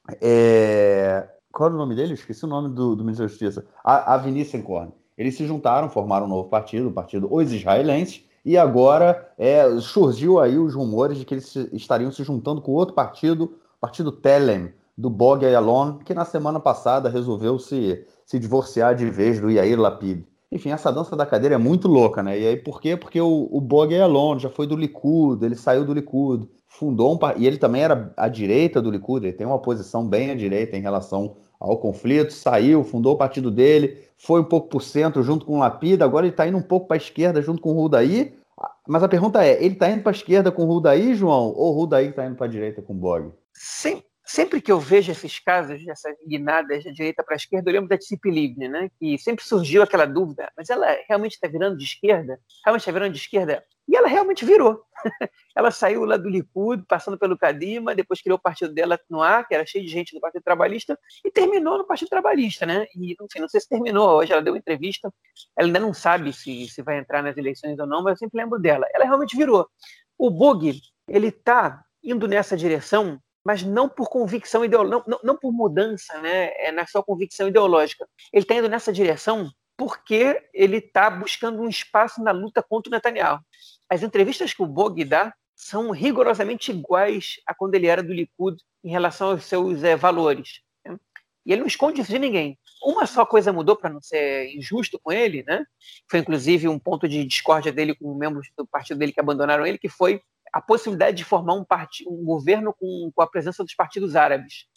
S1: qual era o nome dele? Esqueci o nome do ministro da Justiça. Avi Nissenkorn. Eles se juntaram, formaram um novo partido, o partido Os Israelenses, e agora surgiu aí os rumores de que eles estariam se juntando com outro partido, o partido Telem, do Bogi Ya'alon, que na semana passada resolveu se divorciar de vez do Yair Lapid. Enfim, essa dança da cadeira é muito louca, né? E aí por quê? Porque o Bogi Ya'alon já foi do Likud, ele saiu do Likud, fundou e ele também era à direita do Likud, ele tem uma posição bem à direita em relação ao conflito, saiu, fundou o partido dele, foi um pouco por centro junto com o Lapid, agora ele está indo um pouco para a esquerda junto com o Huldaí. Mas a pergunta é, ele está indo para a esquerda com o Huldaí, João, ou o Huldaí está indo para a direita com o Bogi?
S2: Sim. Sempre que eu vejo esses casos, essas guinadas da direita para a esquerda, eu lembro da Tzipi Livni, né? Que sempre surgiu aquela dúvida, mas ela realmente está virando de esquerda? Realmente está virando de esquerda? E ela realmente virou. Ela saiu lá do Likud, passando pelo Kadima, depois criou o partido dela no ar, que era cheio de gente do Partido Trabalhista, e terminou no Partido Trabalhista, né? E, enfim, não sei se terminou, hoje ela deu uma entrevista, ela ainda não sabe se vai entrar nas eleições ou não, mas eu sempre lembro dela. Ela realmente virou. O Bogi, ele está indo nessa direção, mas não por convicção ideológica, não por mudança, né, na sua convicção ideológica. Ele está indo nessa direção porque ele está buscando um espaço na luta contra o Netanyahu. As entrevistas que o Bogi dá são rigorosamente iguais a quando ele era do Likud em relação aos seus valores. Né? E ele não esconde isso de ninguém. Uma só coisa mudou, para não ser injusto com ele, né? Foi inclusive um ponto de discórdia dele com membros do partido dele que abandonaram ele, que foi a possibilidade de formar um governo com a presença dos partidos árabes.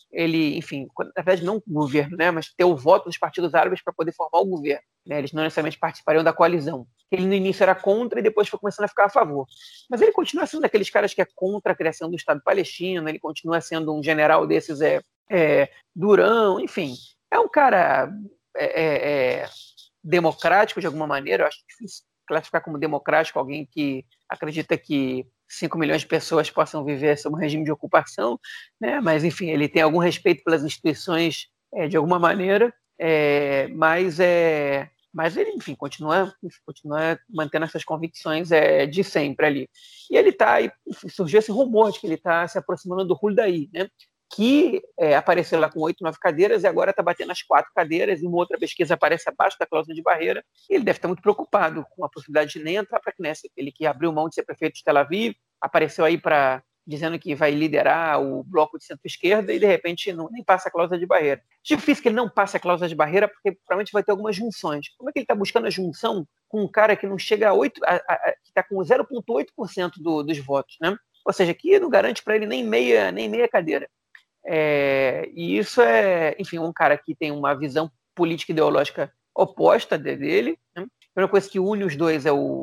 S2: ele, enfim, na verdade não o governo, né, mas ter o voto dos partidos árabes para poder formar o governo. Né, eles não necessariamente participariam da coalizão. Ele no início era contra e depois foi começando a ficar a favor. Mas ele continua sendo daqueles caras que é contra a criação do Estado palestino, ele continua sendo um general desses durão, enfim. É um cara democrático de alguma maneira, eu acho difícil classificar como democrático alguém que acredita que 5 milhões de pessoas possam viver sob um regime de ocupação, né? Mas, enfim, ele tem algum respeito pelas instituições de alguma maneira, mas ele, enfim, continua mantendo essas convicções de sempre ali. E ele surgiu esse rumor de que ele está se aproximando do Huldaí, né? Que apareceu lá com 8, 9 cadeiras e agora está batendo as 4 cadeiras, e uma outra pesquisa aparece abaixo da cláusula de barreira. E ele deve estar muito preocupado com a possibilidade de nem entrar para a Knesset. Ele que abriu mão de ser prefeito de Tel Aviv, apareceu aí dizendo que vai liderar o bloco de centro-esquerda e, de repente, nem passa a cláusula de barreira. Difícil que ele não passe a cláusula de barreira, porque provavelmente vai ter algumas junções. Como é que ele está buscando a junção com um cara que não chega a 8, que está com 0,8% dos votos, né? Ou seja, que não garante para ele nem meia cadeira. E isso enfim, um cara que tem uma visão política e ideológica oposta dele, né? A primeira coisa que une os dois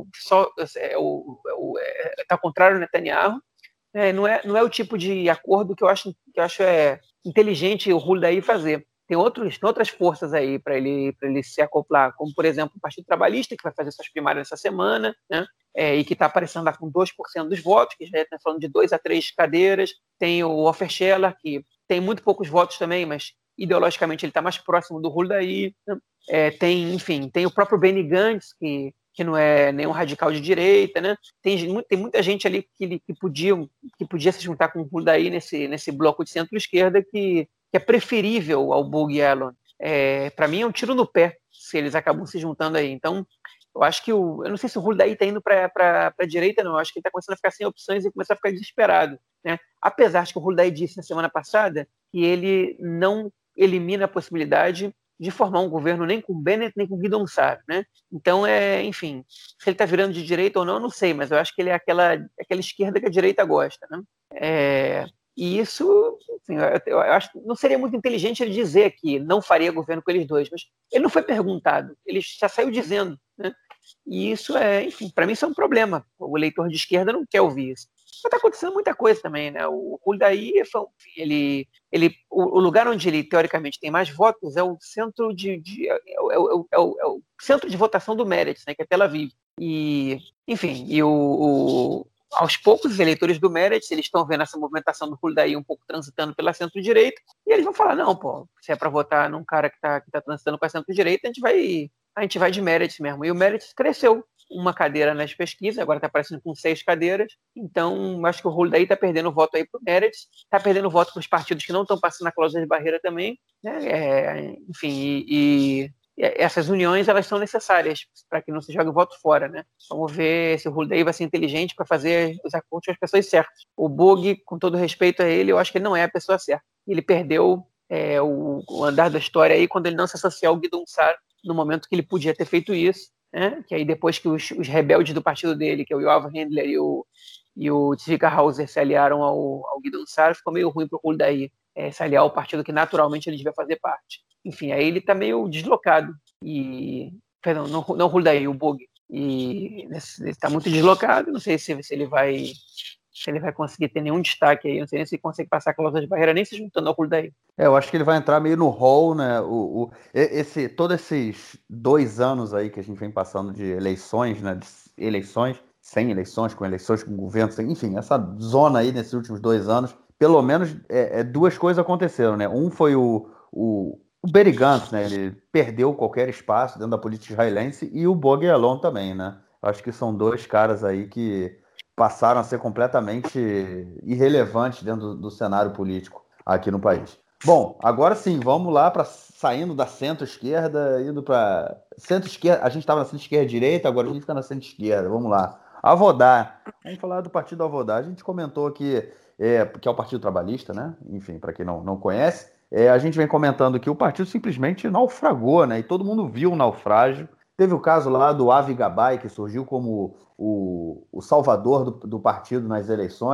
S2: tá contrário ao Netanyahu. Não é o tipo de acordo que eu acho inteligente o Huldaí fazer. Tem outras forças aí para ele se acoplar, como, por exemplo, o Partido Trabalhista, que vai fazer suas primárias essa semana, né? E que está aparecendo lá com 2% dos votos, que já está falando de 2 a 3 cadeiras. Tem o Ofer Shelah, que tem muito poucos votos também, mas ideologicamente ele está mais próximo do Huldaí. Né? Tem o próprio Benny Gantz, que não é nenhum radical de direita, né? Tem muita gente ali que podia se juntar com o Huldaí nesse bloco de centro-esquerda que é preferível ao Boog Ya'alon. Para mim é um tiro no pé se eles acabam se juntando aí. Então, eu acho que eu não sei se o Huldaí está indo para a direita, não. Eu acho que ele está começando a ficar sem opções e começar a ficar desesperado. Né? Apesar de que o Huldaí disse na semana passada que ele não elimina a possibilidade de formar um governo nem com Bennett nem com Guidon Saar, né? Então, enfim, se ele está virando de direita ou não, eu não sei, mas eu acho que ele é aquela esquerda que a direita gosta, né? E isso, enfim, eu acho que não seria muito inteligente ele dizer que não faria governo com eles dois, mas ele não foi perguntado, ele já saiu dizendo, né? E isso enfim, para mim isso é um problema. O eleitor de esquerda não quer ouvir isso. Mas está acontecendo muita coisa também, né? O Huldaí, o lugar onde ele teoricamente tem mais votos é o centro o centro de votação do Meretz, né? Que é Tel Aviv. E, enfim, aos poucos os eleitores do Meretz, eles estão vendo essa movimentação do Huldaí um pouco transitando pela centro-direita, e eles vão falar, não, pô, se é para votar num cara que tá transitando com a centro-direita, a gente vai de Meretz mesmo. E o Meretz cresceu uma cadeira nas pesquisas, agora está aparecendo com 6 cadeiras, então acho que o Huldaí está perdendo voto aí para o Meretz, está perdendo voto para os partidos que não estão passando a cláusula de barreira também, né? Enfim, e essas uniões elas são necessárias para que não se jogue o voto fora, né? Vamos ver se o Huldaí vai ser inteligente para fazer os acordos com as pessoas certas. O Boog, com todo respeito a ele, eu acho que ele não é a pessoa certa. Ele perdeu o andar da história aí quando ele não se associou ao Guidon Saar no momento que ele podia ter feito isso, né? Que aí depois que os rebeldes do partido dele, que é o Yoav Handler e o Tzvika Hauser, se aliaram ao Guidon Saar, ficou meio ruim para o Huldaí se aliar ao partido que naturalmente ele devia fazer parte. Enfim, aí ele está meio deslocado. Perdão, não o Huldaí, o Boog. E ele está muito deslocado, não sei se ele vai conseguir ter nenhum destaque aí, não sei nem se ele consegue passar a cláusula de barreira, nem se juntando ao Huldaí.
S1: Eu acho que ele vai entrar meio no hall, né? Todos esses 2 anos aí que a gente vem passando de eleições, né? Sem eleições, com governo, enfim, essa zona aí nesses últimos 2 anos, pelo menos 2 coisas aconteceram, né? Um foi o Benny Gantz, né? Ele perdeu qualquer espaço dentro da política israelense, e o Boog Ya'alon também, né? Acho que são 2 caras aí que passaram a ser completamente irrelevantes dentro do cenário político aqui no país. Bom, agora sim, vamos lá para saindo da centro-esquerda, indo para centro-esquerda. A gente estava na centro-esquerda direita, agora a gente fica na centro-esquerda. Vamos lá. Avodá. Vamos falar do Partido Avodá. A gente comentou aqui que é o Partido Trabalhista, né? Enfim, para quem não conhece. A gente vem comentando que o partido simplesmente naufragou, né? E todo mundo viu o naufrágio. Teve o caso lá do Avi Gabay, que surgiu como o salvador do partido nas eleições.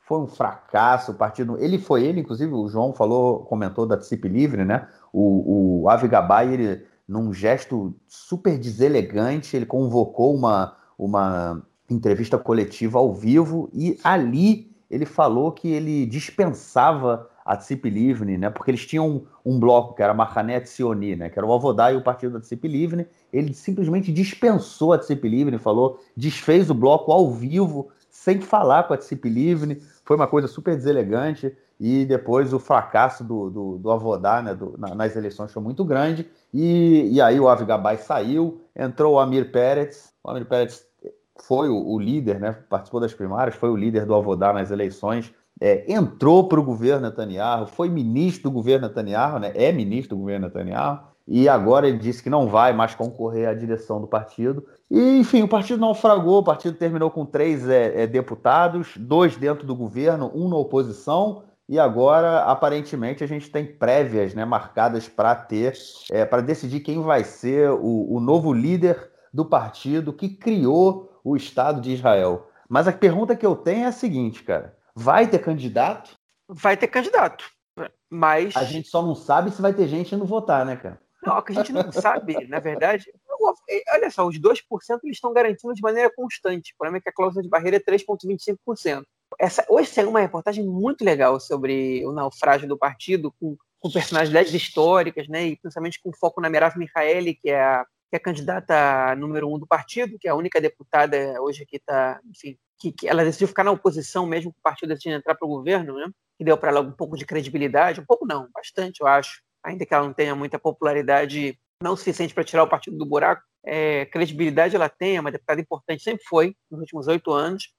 S1: foi um fracasso. O partido, inclusive, o João comentou da Tsip Livre, né? O Avi Gabay, ele, num gesto super deselegante, ele convocou uma entrevista coletiva ao vivo e ali ele falou que ele dispensava a Tsip Livre, né? Porque eles tinham um bloco que era Mahané Tzioni, né? Que era o Avodá e o partido da Tsip Livre. Ele simplesmente dispensou a Tsip Livre, desfez o bloco ao vivo, sem falar com a Tsip Livre. Foi uma coisa super deselegante. E depois o fracasso do Avodá, né, nas eleições foi muito grande. E aí o Avi Gabay saiu, entrou o Amir Peretz. O Amir Peretz foi o líder, né, participou das primárias, foi o líder do Avodá nas eleições. Entrou para o governo Netanyahu, foi ministro do governo Netanyahu, né, é ministro do governo Netanyahu, e agora ele disse que não vai mais concorrer à direção do partido. E, enfim, o partido naufragou, o partido terminou com 3 deputados, 2 dentro do governo, 1 na oposição, e agora, aparentemente, a gente tem prévias, né, marcadas para decidir quem vai ser o novo líder do partido que criou o Estado de Israel. Mas a pergunta que eu tenho é a seguinte, cara. Vai ter candidato?
S2: Vai ter candidato, mas...
S1: A gente só não sabe se vai ter gente indo votar, né, cara?
S2: Não, o que a gente não sabe, na verdade... Olha só, os 2% eles estão garantindo de maneira constante. O problema é que a cláusula de barreira é 3,25%. Hoje saiu uma reportagem muito legal sobre o naufrágio do partido, com personalidades históricas, né, e principalmente com foco na Merav Michaeli, que é a candidata número 1 do partido, que é a única deputada hoje que está, enfim, que ela decidiu ficar na oposição mesmo que o partido decidiu entrar para o governo, né, que deu para ela um pouco de credibilidade, um pouco não, bastante, eu acho, ainda que ela não tenha muita popularidade, não suficiente para tirar o partido do buraco. Credibilidade ela tem, é uma deputada importante, sempre foi, nos últimos 8 anos,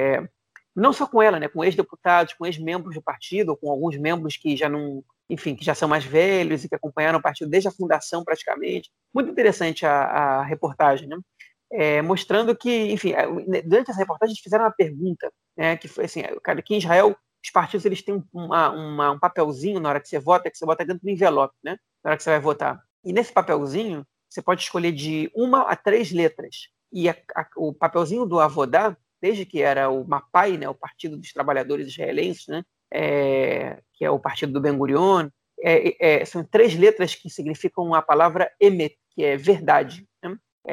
S2: não só com ela, né, com ex-deputados, com ex-membros do partido, ou com alguns membros que já não, enfim, que já são mais velhos e que acompanharam o partido desde a fundação praticamente. Muito interessante a reportagem, né? Mostrando que, enfim, durante essa reportagem eles fizeram uma pergunta, né, que foi assim, cara, aqui em Israel os partidos eles têm um papelzinho na hora que você vota dentro do envelope, né, na hora que você vai votar. E nesse papelzinho você pode escolher de 1 a 3 letras. E o papelzinho do Avodá, desde que era o Mapai, né, o Partido dos Trabalhadores Israelenses, né, que é o partido do Ben-Gurion, são 3 letras que significam a palavra Emet, que é verdade. Né?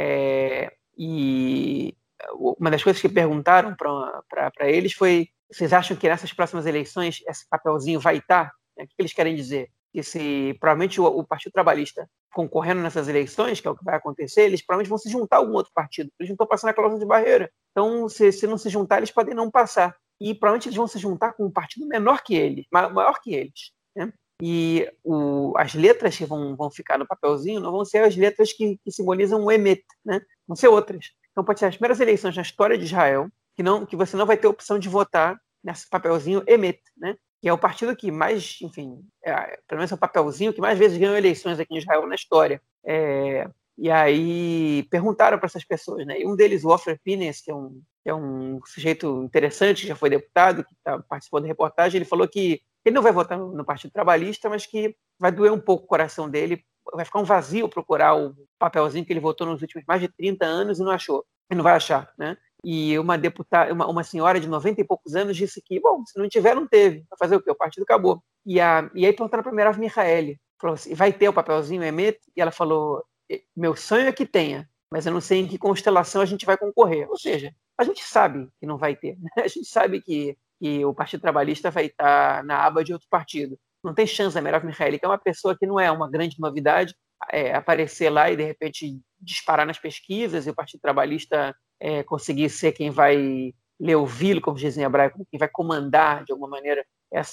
S2: E uma das coisas que perguntaram para eles foi: vocês acham que nessas próximas eleições esse papelzinho vai estar? O que eles querem dizer? Que se provavelmente o Partido Trabalhista concorrendo nessas eleições, que é o que vai acontecer, eles provavelmente vão se juntar a algum outro partido. Eles não estão passando a cláusula de barreira. Então, se não se juntar, eles podem não passar. E provavelmente eles vão se juntar com um partido menor que eles, maior que eles. Né? E as letras que vão ficar no papelzinho não vão ser as letras que simbolizam o Emet, né? Vão ser outras. Então, pode ser as primeiras eleições na história de Israel que você não vai ter opção de votar nesse papelzinho Emet, né? Que é o partido que mais, enfim, pelo menos é o papelzinho que mais vezes ganhou eleições aqui em Israel na história. E aí perguntaram para essas pessoas, né? E um deles, o Ofer Pines, que é um sujeito interessante, que já foi deputado, que participou da reportagem, ele falou que ele não vai votar no Partido Trabalhista, mas que vai doer um pouco o coração dele, vai ficar um vazio procurar o papelzinho que ele votou nos últimos mais de 30 anos e não achou. Ele não vai achar, né? E uma deputada, uma senhora de 90 e poucos anos disse que, bom, se não tiver, não teve. Vai fazer o quê? O partido acabou. E aí perguntaram para a Merav Michaeli, falou assim, vai ter o papelzinho Emet? E ela falou, meu sonho é que tenha, mas eu não sei em que constelação a gente vai concorrer. Ou seja, a gente sabe que não vai ter. Né? A gente sabe que o Partido Trabalhista vai estar na aba de outro partido. Não tem chance a Merav Michaeli, que é uma pessoa que não é uma grande novidade, aparecer lá e, de repente, disparar nas pesquisas e o Partido Trabalhista conseguir ser quem vai leovil, como dizem em hebraico, quem vai comandar, de alguma maneira,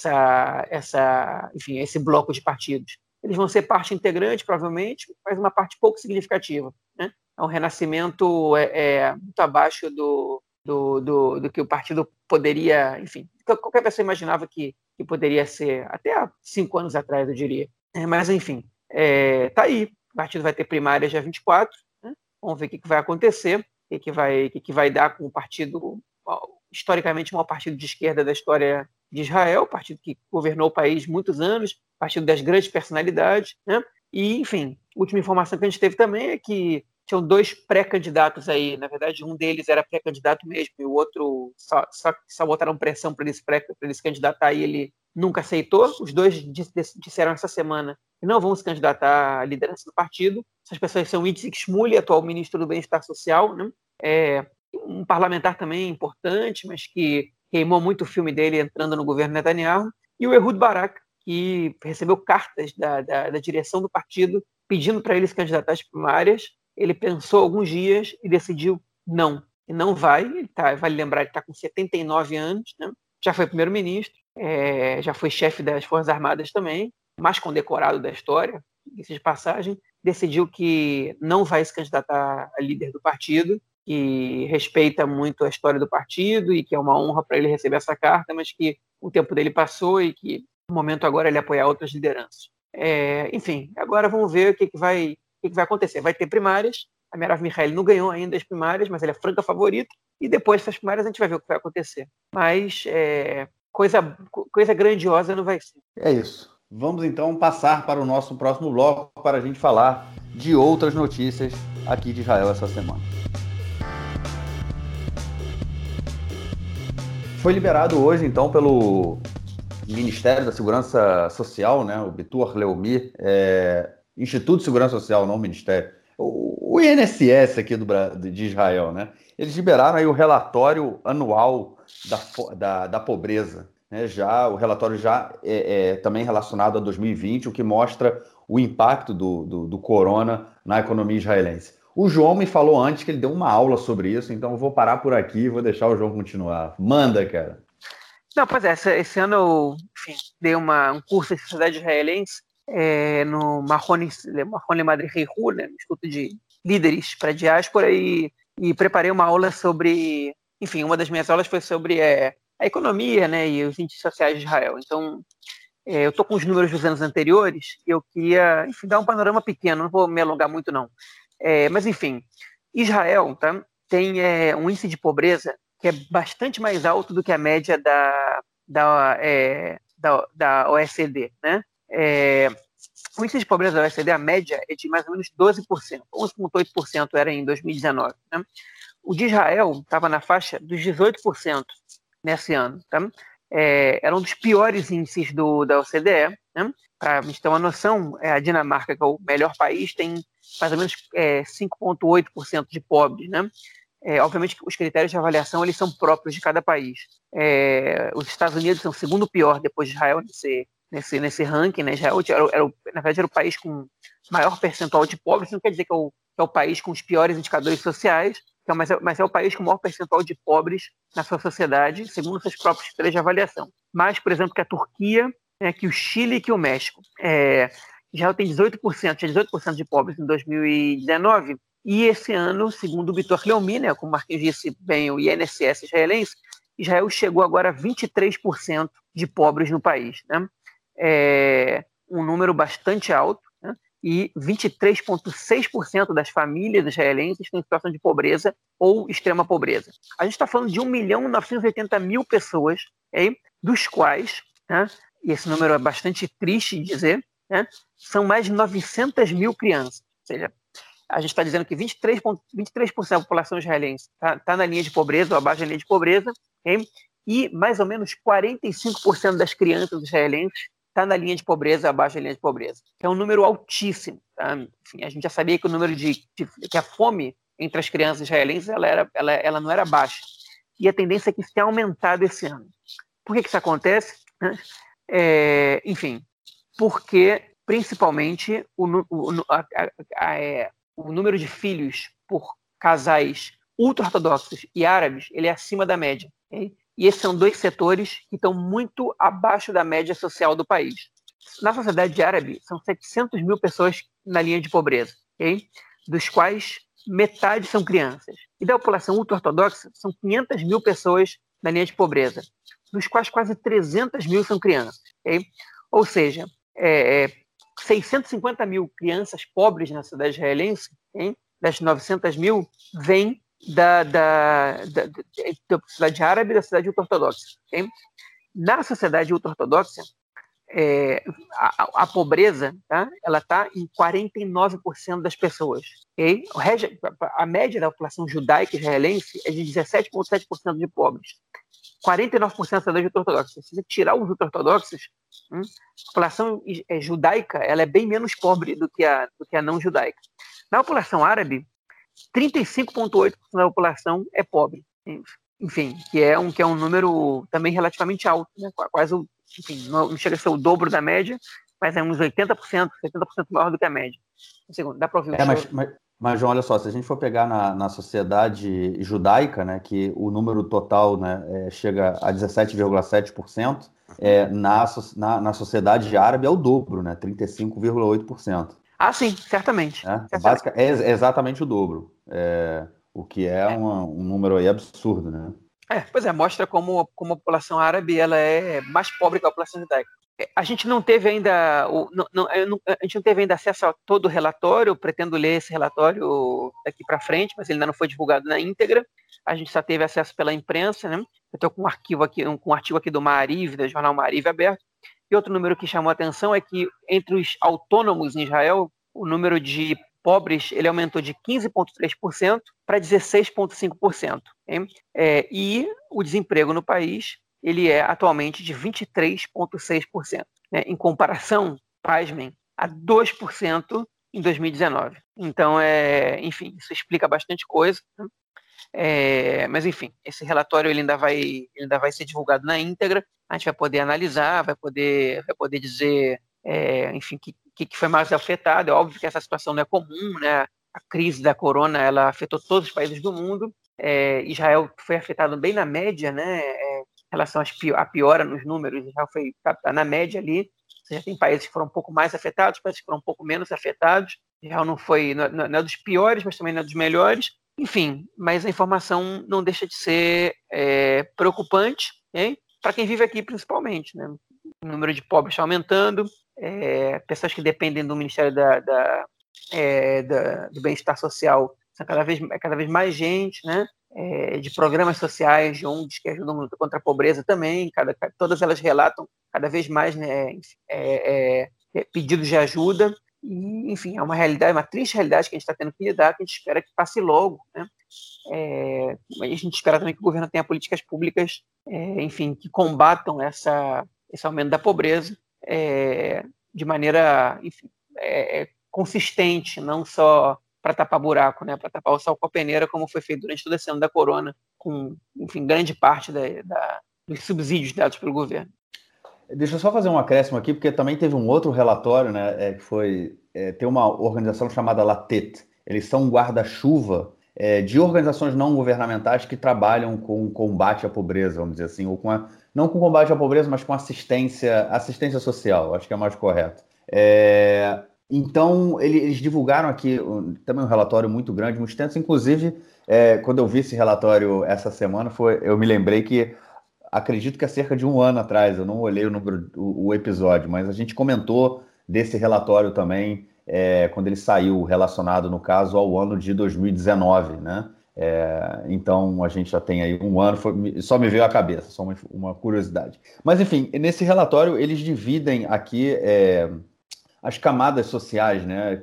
S2: enfim, esse bloco de partidos. Eles vão ser parte integrante, provavelmente, mas uma parte pouco significativa. Né? É um renascimento muito abaixo do que o partido poderia, enfim, qualquer pessoa imaginava que poderia ser, até há 5 anos atrás, eu diria. Mas, enfim, tá aí. O partido vai ter primária dia 24, né? Vamos ver o que vai acontecer, o que vai dar com o partido, historicamente, o maior partido de esquerda da história de Israel, partido que governou o país muitos anos, partido das grandes personalidades, né? E, enfim, a última informação que a gente teve também é que tinham 2 pré-candidatos aí. Na verdade, um deles era pré-candidato mesmo, e o outro só botaram pressão para ele se candidatar e ele nunca aceitou. Os dois disseram essa semana que não vão se candidatar à liderança do partido. Essas pessoas são Itzhak Shmuley, atual ministro do Bem-Estar Social, né? Um parlamentar também importante, mas que queimou muito o filme dele entrando no governo Netanyahu, e o Ehud Barak, que recebeu cartas da direção do partido pedindo para ele se candidatar às primárias. Ele pensou alguns dias e decidiu não. E não vai. Vale lembrar, ele está com 79 anos, né? Já foi primeiro-ministro, já foi chefe das Forças Armadas também, mais condecorado da história, de passagem. Decidiu que não vai se candidatar a líder do partido, que respeita muito a história do partido e que é uma honra para ele receber essa carta, mas que o tempo dele passou e que no momento agora ele apoia outras lideranças. Enfim, agora vamos ver o que vai acontecer. Vai ter primárias, a Merav Michaeli não ganhou ainda as primárias, mas ela é franca favorita, e depois dessas primárias a gente vai ver o que vai acontecer. Mas coisa grandiosa não vai ser.
S1: É isso. Vamos então passar para o nosso próximo bloco para a gente falar de outras notícias aqui de Israel essa semana. Foi liberado hoje, então, pelo Ministério da Segurança Social, né, o Bitur Leumi, Instituto de Segurança Social, não o Ministério, o INSS aqui de Israel, né? Eles liberaram aí o relatório anual da pobreza, né? O relatório já é também relacionado a 2020, o que mostra o impacto do corona na economia israelense. O João me falou antes que ele deu uma aula sobre isso, então eu vou parar por aqui e vou deixar o João continuar. Manda, cara.
S2: Não, pois é, esse ano eu, enfim, dei um curso de sociedade israelense no Mahon Madrihihu, né, no Instituto de Líderes para a Diáspora, e preparei uma aula sobre, enfim, uma das minhas aulas foi sobre a economia, né, e os índices sociais de Israel. Então, eu estou com os números dos anos anteriores e eu queria, enfim, dar um panorama pequeno, não vou me alongar muito não. Mas, enfim, Israel, tá, tem um índice de pobreza que é bastante mais alto do que a média da OECD, né? O índice de pobreza da OECD, a média é de mais ou menos 12%, 11,8% era em 2019. Né? O de Israel estava na faixa dos 18% nesse ano. Tá? Era um dos piores índices da OCDE. Né? Para a gente ter uma noção, a Dinamarca, que é o melhor país, tem mais ou menos 5,8% de pobres, né? Obviamente que os critérios de avaliação eles são próprios de cada país. Os Estados Unidos são o segundo pior depois de Israel nesse ranking, né? Israel na verdade era o país com maior percentual de pobres, não quer dizer que é o país com os piores indicadores sociais, mas é o país com o maior percentual de pobres na sua sociedade, segundo seus próprios critérios de avaliação. Mais, por exemplo, que a Turquia, que o Chile e que o México. Israel tem 18% de pobres em 2019, e esse ano, segundo o Bitur Leumi, né, como o Marquinhos disse bem, o INSS israelense, Israel chegou agora a 23% de pobres no país. Né? Um número bastante alto, né? E 23,6% das famílias israelenses estão em situação de pobreza ou extrema pobreza. A gente está falando de 1.980.000 pessoas, dos quais, né, e esse número é bastante triste de dizer, né, são mais de 900.000 crianças. Ou seja, a gente está dizendo que 23% da população israelense está na linha de pobreza ou abaixo da linha de pobreza, e mais ou menos 45% das crianças israelenses está na linha de pobreza, abaixo da linha de pobreza. É um número altíssimo. Tá? Enfim, a gente já sabia que o número que a fome entre as crianças israelenses ela não era baixa. E a tendência é que isso tenha aumentado esse ano. Por que isso acontece? Enfim, porque principalmente o número de filhos por casais ultra-ortodoxos e árabes ele é acima da média. Okay? E esses são 2 setores que estão muito abaixo da média social do país. Na sociedade árabe, são 700.000 pessoas na linha de pobreza, okay? Dos quais metade são crianças. E da população ultra-ortodoxa, são 500.000 pessoas na linha de pobreza, dos quais quase 300.000 são crianças. Okay? Ou seja, 650.000 crianças pobres na cidade israelense, okay? Das 900.000, vêm da cidade árabe e da cidade ultra-ortodoxa. Okay? Na sociedade ultra-ortodoxa, a pobreza, tá? Ela está em 49% das pessoas. Okay? A média da população judaica israelense é de 17,7% de pobres. 49% são ultra-ortodoxos. Se você tirar os ultra-ortodoxos, a população judaica ela é bem menos pobre do que a não judaica. Na população árabe, 35,8% da população é pobre. Enfim, que é um número também relativamente alto, né? Quase, enfim, não chega a ser o dobro da média, mas é uns 80% maior do que a média. Segundo, dá para ouvir o
S1: Mas, João, olha só, se a gente for pegar na sociedade judaica, né, que o número total, né, chega a 17,7%, na sociedade árabe é o dobro, né, 35,8%.
S2: Ah, sim, certamente.
S1: É exatamente o dobro, o que é um número aí absurdo, né?
S2: Pois é, mostra como a população árabe ela é mais pobre que a população judaica. A gente não teve ainda acesso a todo o relatório. Eu pretendo ler esse relatório daqui para frente, mas ele ainda não foi divulgado na íntegra. A gente só teve acesso pela imprensa, né? Eu estou com um artigo aqui do Maariv, do jornal Maariv aberto. E outro número que chamou a atenção é que entre os autônomos em Israel, o número de pobres ele aumentou de 15,3% para 16,5%. E o desemprego no país ele é atualmente de 23,6%. Né? Em comparação, pasmem, a 2% em 2019. Então, enfim, isso explica bastante coisa. Né? Mas, enfim, esse relatório ele ainda vai ser divulgado na íntegra. A gente vai poder analisar, vai poder dizer, enfim, que foi mais afetado. É óbvio que essa situação não é comum, né? A crise da corona ela afetou todos os países do mundo. Israel foi afetado bem na média, né? Em relação à piora nos números, Israel está na média ali. Você já tem países que foram um pouco mais afetados, países que foram um pouco menos afetados. Israel não é dos piores, mas também não é dos melhores. Enfim, mas a informação não deixa de ser preocupante, para quem vive aqui principalmente, né? O número de pobres está aumentando, pessoas que dependem do Ministério do Bem-Estar Social são cada vez mais gente, né? De programas sociais, de ONGs que ajudam contra a pobreza também, todas elas relatam cada vez mais, né, pedidos de ajuda. E, enfim, é uma realidade, uma triste realidade que a gente está tendo que lidar, que a gente espera que passe logo, né? A gente espera também que o governo tenha políticas públicas, enfim, que combatam esse aumento da pobreza de maneira, enfim, consistente, não só para tapar buraco, né? Para tapar o sal com a peneira, como foi feito durante todo esse ano da corona, com, enfim, grande parte dos subsídios dados pelo governo.
S1: Deixa eu só fazer um acréscimo aqui, porque também teve um outro relatório, né, que foi... tem uma organização chamada Latet. Eles são um guarda-chuva de organizações não governamentais que trabalham com combate à pobreza, vamos dizer assim, ou não com combate à pobreza, mas com assistência social, acho que é mais correto. Então, eles divulgaram aqui também um relatório muito grande, muito extenso. Inclusive, quando eu vi esse relatório essa semana, eu me lembrei que acredito que há cerca de um ano atrás, eu não olhei o episódio, mas a gente comentou desse relatório também quando ele saiu, relacionado, no caso, ao ano de 2019, né? Então, a gente já tem aí um ano, só me veio à cabeça, só uma curiosidade. Mas, enfim, nesse relatório, eles dividem aqui as camadas sociais, né?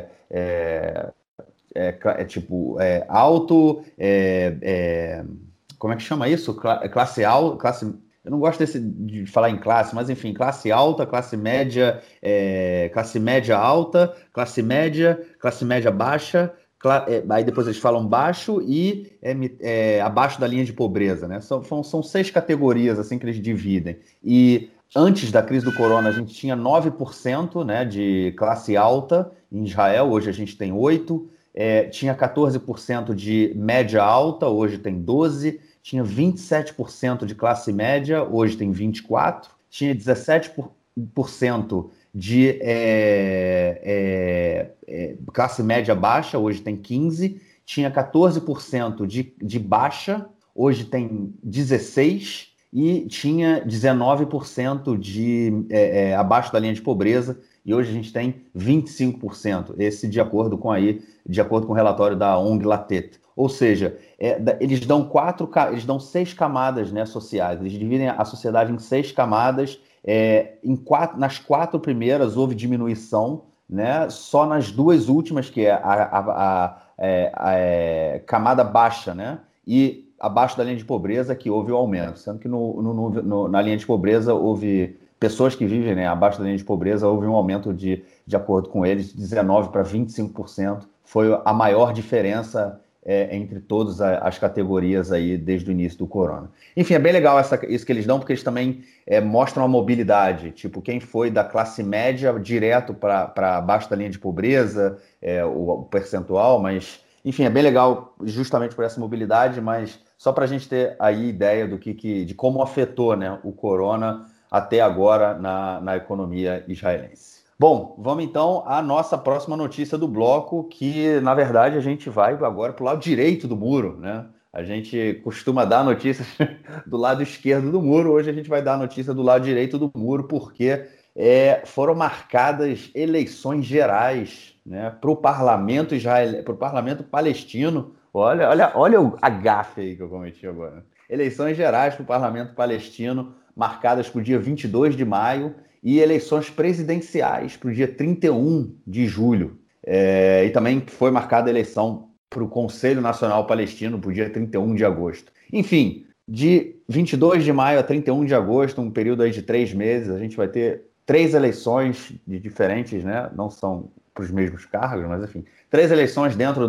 S1: Alto... como é que chama isso? Classe alta, eu não gosto de falar em classe, mas enfim, classe alta, classe média alta, classe média baixa, aí depois eles falam baixo e abaixo da linha de pobreza, né? São 6 categorias assim que eles dividem. E antes da crise do corona, a gente tinha 9%, né, de classe alta em Israel, hoje a gente tem 8%. Tinha 14% de média alta, hoje tem 12%. Tinha 27% de classe média, hoje tem 24%. Tinha 17% de classe média baixa, hoje tem 15%. Tinha 14% de baixa, hoje tem 16%. E tinha 19% abaixo da linha de pobreza, e hoje a gente tem 25%. Esse de acordo com o relatório da ONG Latet. Ou seja, eles dão 6 camadas, né, sociais. Eles dividem a sociedade em 6 camadas Nas 4 primeiras houve diminuição, né? Só nas 2 últimas, que é a camada baixa, né? E abaixo da linha de pobreza, que houve o aumento. Sendo que na linha de pobreza houve pessoas que vivem, né, abaixo da linha de pobreza, houve um aumento de acordo com eles, de 19% para 25%. Foi a maior diferença entre todas as categorias aí desde o início do corona. Enfim, é bem legal isso que eles dão, porque eles também mostram a mobilidade, tipo, quem foi da classe média direto para abaixo da linha de pobreza, o percentual, mas, enfim, é bem legal justamente por essa mobilidade, mas só para a gente ter aí ideia de como afetou, né, o corona até agora na economia israelense. Bom, vamos então à nossa próxima notícia do bloco, que na verdade a gente vai agora para o lado direito do muro, né? A gente costuma dar notícias do lado esquerdo do muro, hoje a gente vai dar a notícia do lado direito do muro, porque foram marcadas eleições gerais, né, para o parlamento palestino. Olha a gafe aí que eu cometi agora. Eleições gerais para o parlamento palestino, marcadas para o dia 22 de maio, e eleições presidenciais para o dia 31 de julho. E também foi marcada a eleição para o Conselho Nacional Palestino para o dia 31 de agosto. Enfim, de 22 de maio a 31 de agosto, um período aí de 3 meses, a gente vai ter 3 eleições diferentes, né? Não são para os mesmos cargos, mas enfim, 3 eleições dentro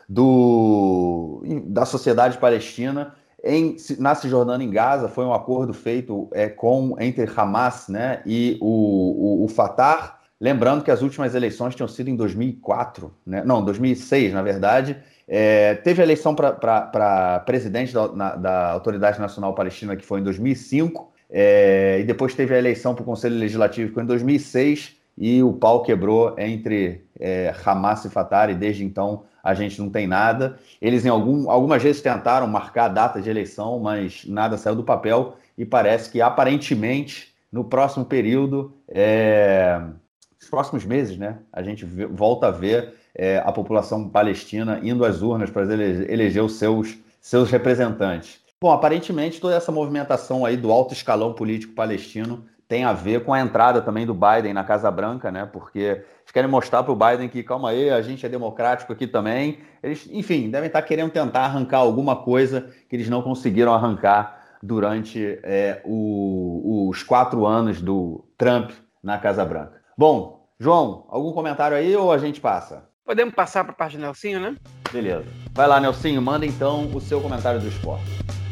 S1: da sociedade palestina. Na Cisjordânia, em Gaza, foi um acordo feito entre Hamas, né, e o Fatah. Lembrando que as últimas eleições tinham sido em 2004, né? Não, 2006, na verdade. Teve a eleição para presidente da Autoridade Nacional Palestina, que foi em 2005, e depois teve a eleição para o Conselho Legislativo, que foi em 2006, e o pau quebrou entre Hamas e Fatah, e desde então a gente não tem nada. Eles algumas vezes tentaram marcar a data de eleição, mas nada saiu do papel, e parece que aparentemente no próximo período, nos próximos meses, né, a gente volta a ver a população palestina indo às urnas para eleger os seus representantes. Bom, aparentemente toda essa movimentação aí do alto escalão político palestino tem a ver com a entrada também do Biden na Casa Branca, né? Porque eles querem mostrar para o Biden que, calma aí, a gente é democrático aqui também. Eles, enfim, devem estar querendo tentar arrancar alguma coisa que eles não conseguiram arrancar durante os 4 anos do Trump na Casa Branca. Bom, João, algum comentário aí ou a gente passa?
S2: Podemos passar para a parte do Nelsinho, né?
S1: Beleza. Vai lá, Nelsinho, manda então o seu comentário do esporte.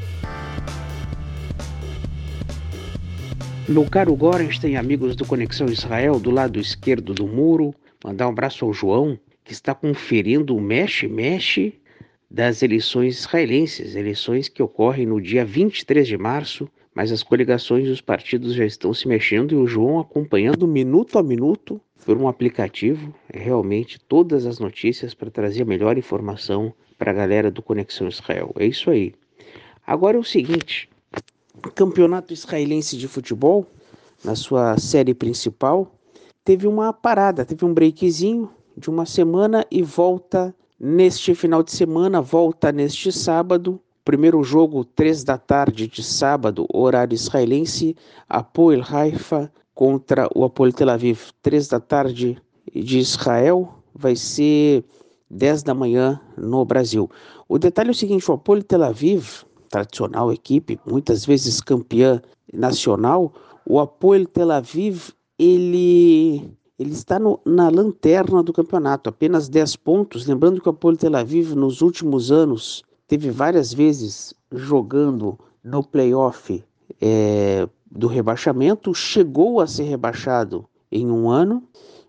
S3: Meu caro Gorenstein, amigos do Conexão Israel, do lado esquerdo do muro, mandar um abraço ao João, que está conferindo o mexe-mexe das eleições israelenses, eleições que ocorrem no dia 23 de março, mas as coligações e os partidos já estão se mexendo e o João acompanhando minuto a minuto por um aplicativo, realmente todas as notícias para trazer a melhor informação para a galera do Conexão Israel. É isso aí. Agora é o seguinte... O campeonato israelense de futebol, na sua série principal, teve uma parada, teve um breakzinho de uma semana e volta neste final de semana, volta neste sábado. Primeiro jogo, 3 da tarde de sábado, horário israelense, Hapoel Haifa contra o Hapoel Tel Aviv. 3 da tarde de Israel, vai ser 10 da manhã no Brasil. O detalhe é o seguinte, o Hapoel Tel Aviv, tradicional equipe, muitas vezes campeã nacional, o Hapoel Tel Aviv, ele está na lanterna do campeonato, apenas 10 pontos, lembrando que o Hapoel Tel Aviv nos últimos anos teve várias vezes jogando no playoff do rebaixamento, chegou a ser rebaixado em um ano,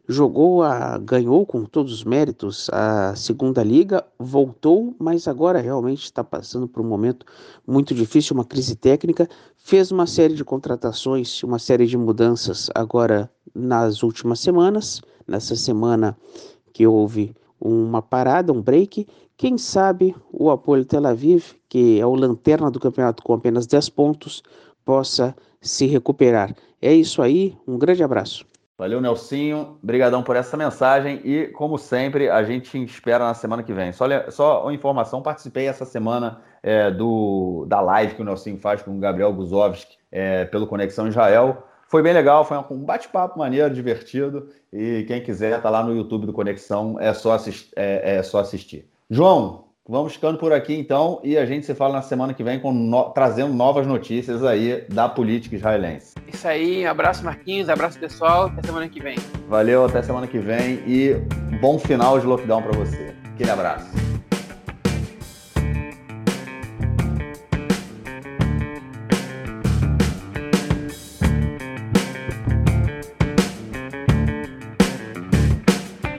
S3: ganhou com todos os méritos a segunda liga, voltou, mas agora realmente está passando por um momento muito difícil, uma crise técnica, fez uma série de contratações, uma série de mudanças agora nas últimas semanas, nessa semana que houve uma parada, um break, quem sabe o Hapoel Tel Aviv, que é o lanterna do campeonato com apenas 10 pontos, possa se recuperar. É isso aí, um grande abraço.
S1: Valeu, Nelsinho. Obrigadão por essa mensagem e, como sempre, a gente espera na semana que vem. Só uma informação, participei essa semana da live que o Nelsinho faz com o Gabriel Guzovski pelo Conexão Israel. Foi bem legal, foi um bate-papo maneiro, divertido. E quem quiser, tá lá no YouTube do Conexão, é só assistir. João, vamos ficando por aqui então, e a gente se fala na semana que vem trazendo novas notícias aí da política israelense.
S2: Isso aí, abraço Marquinhos, abraço pessoal, até semana que vem.
S1: Valeu, até semana que vem e bom final de lockdown para você. Aquele abraço.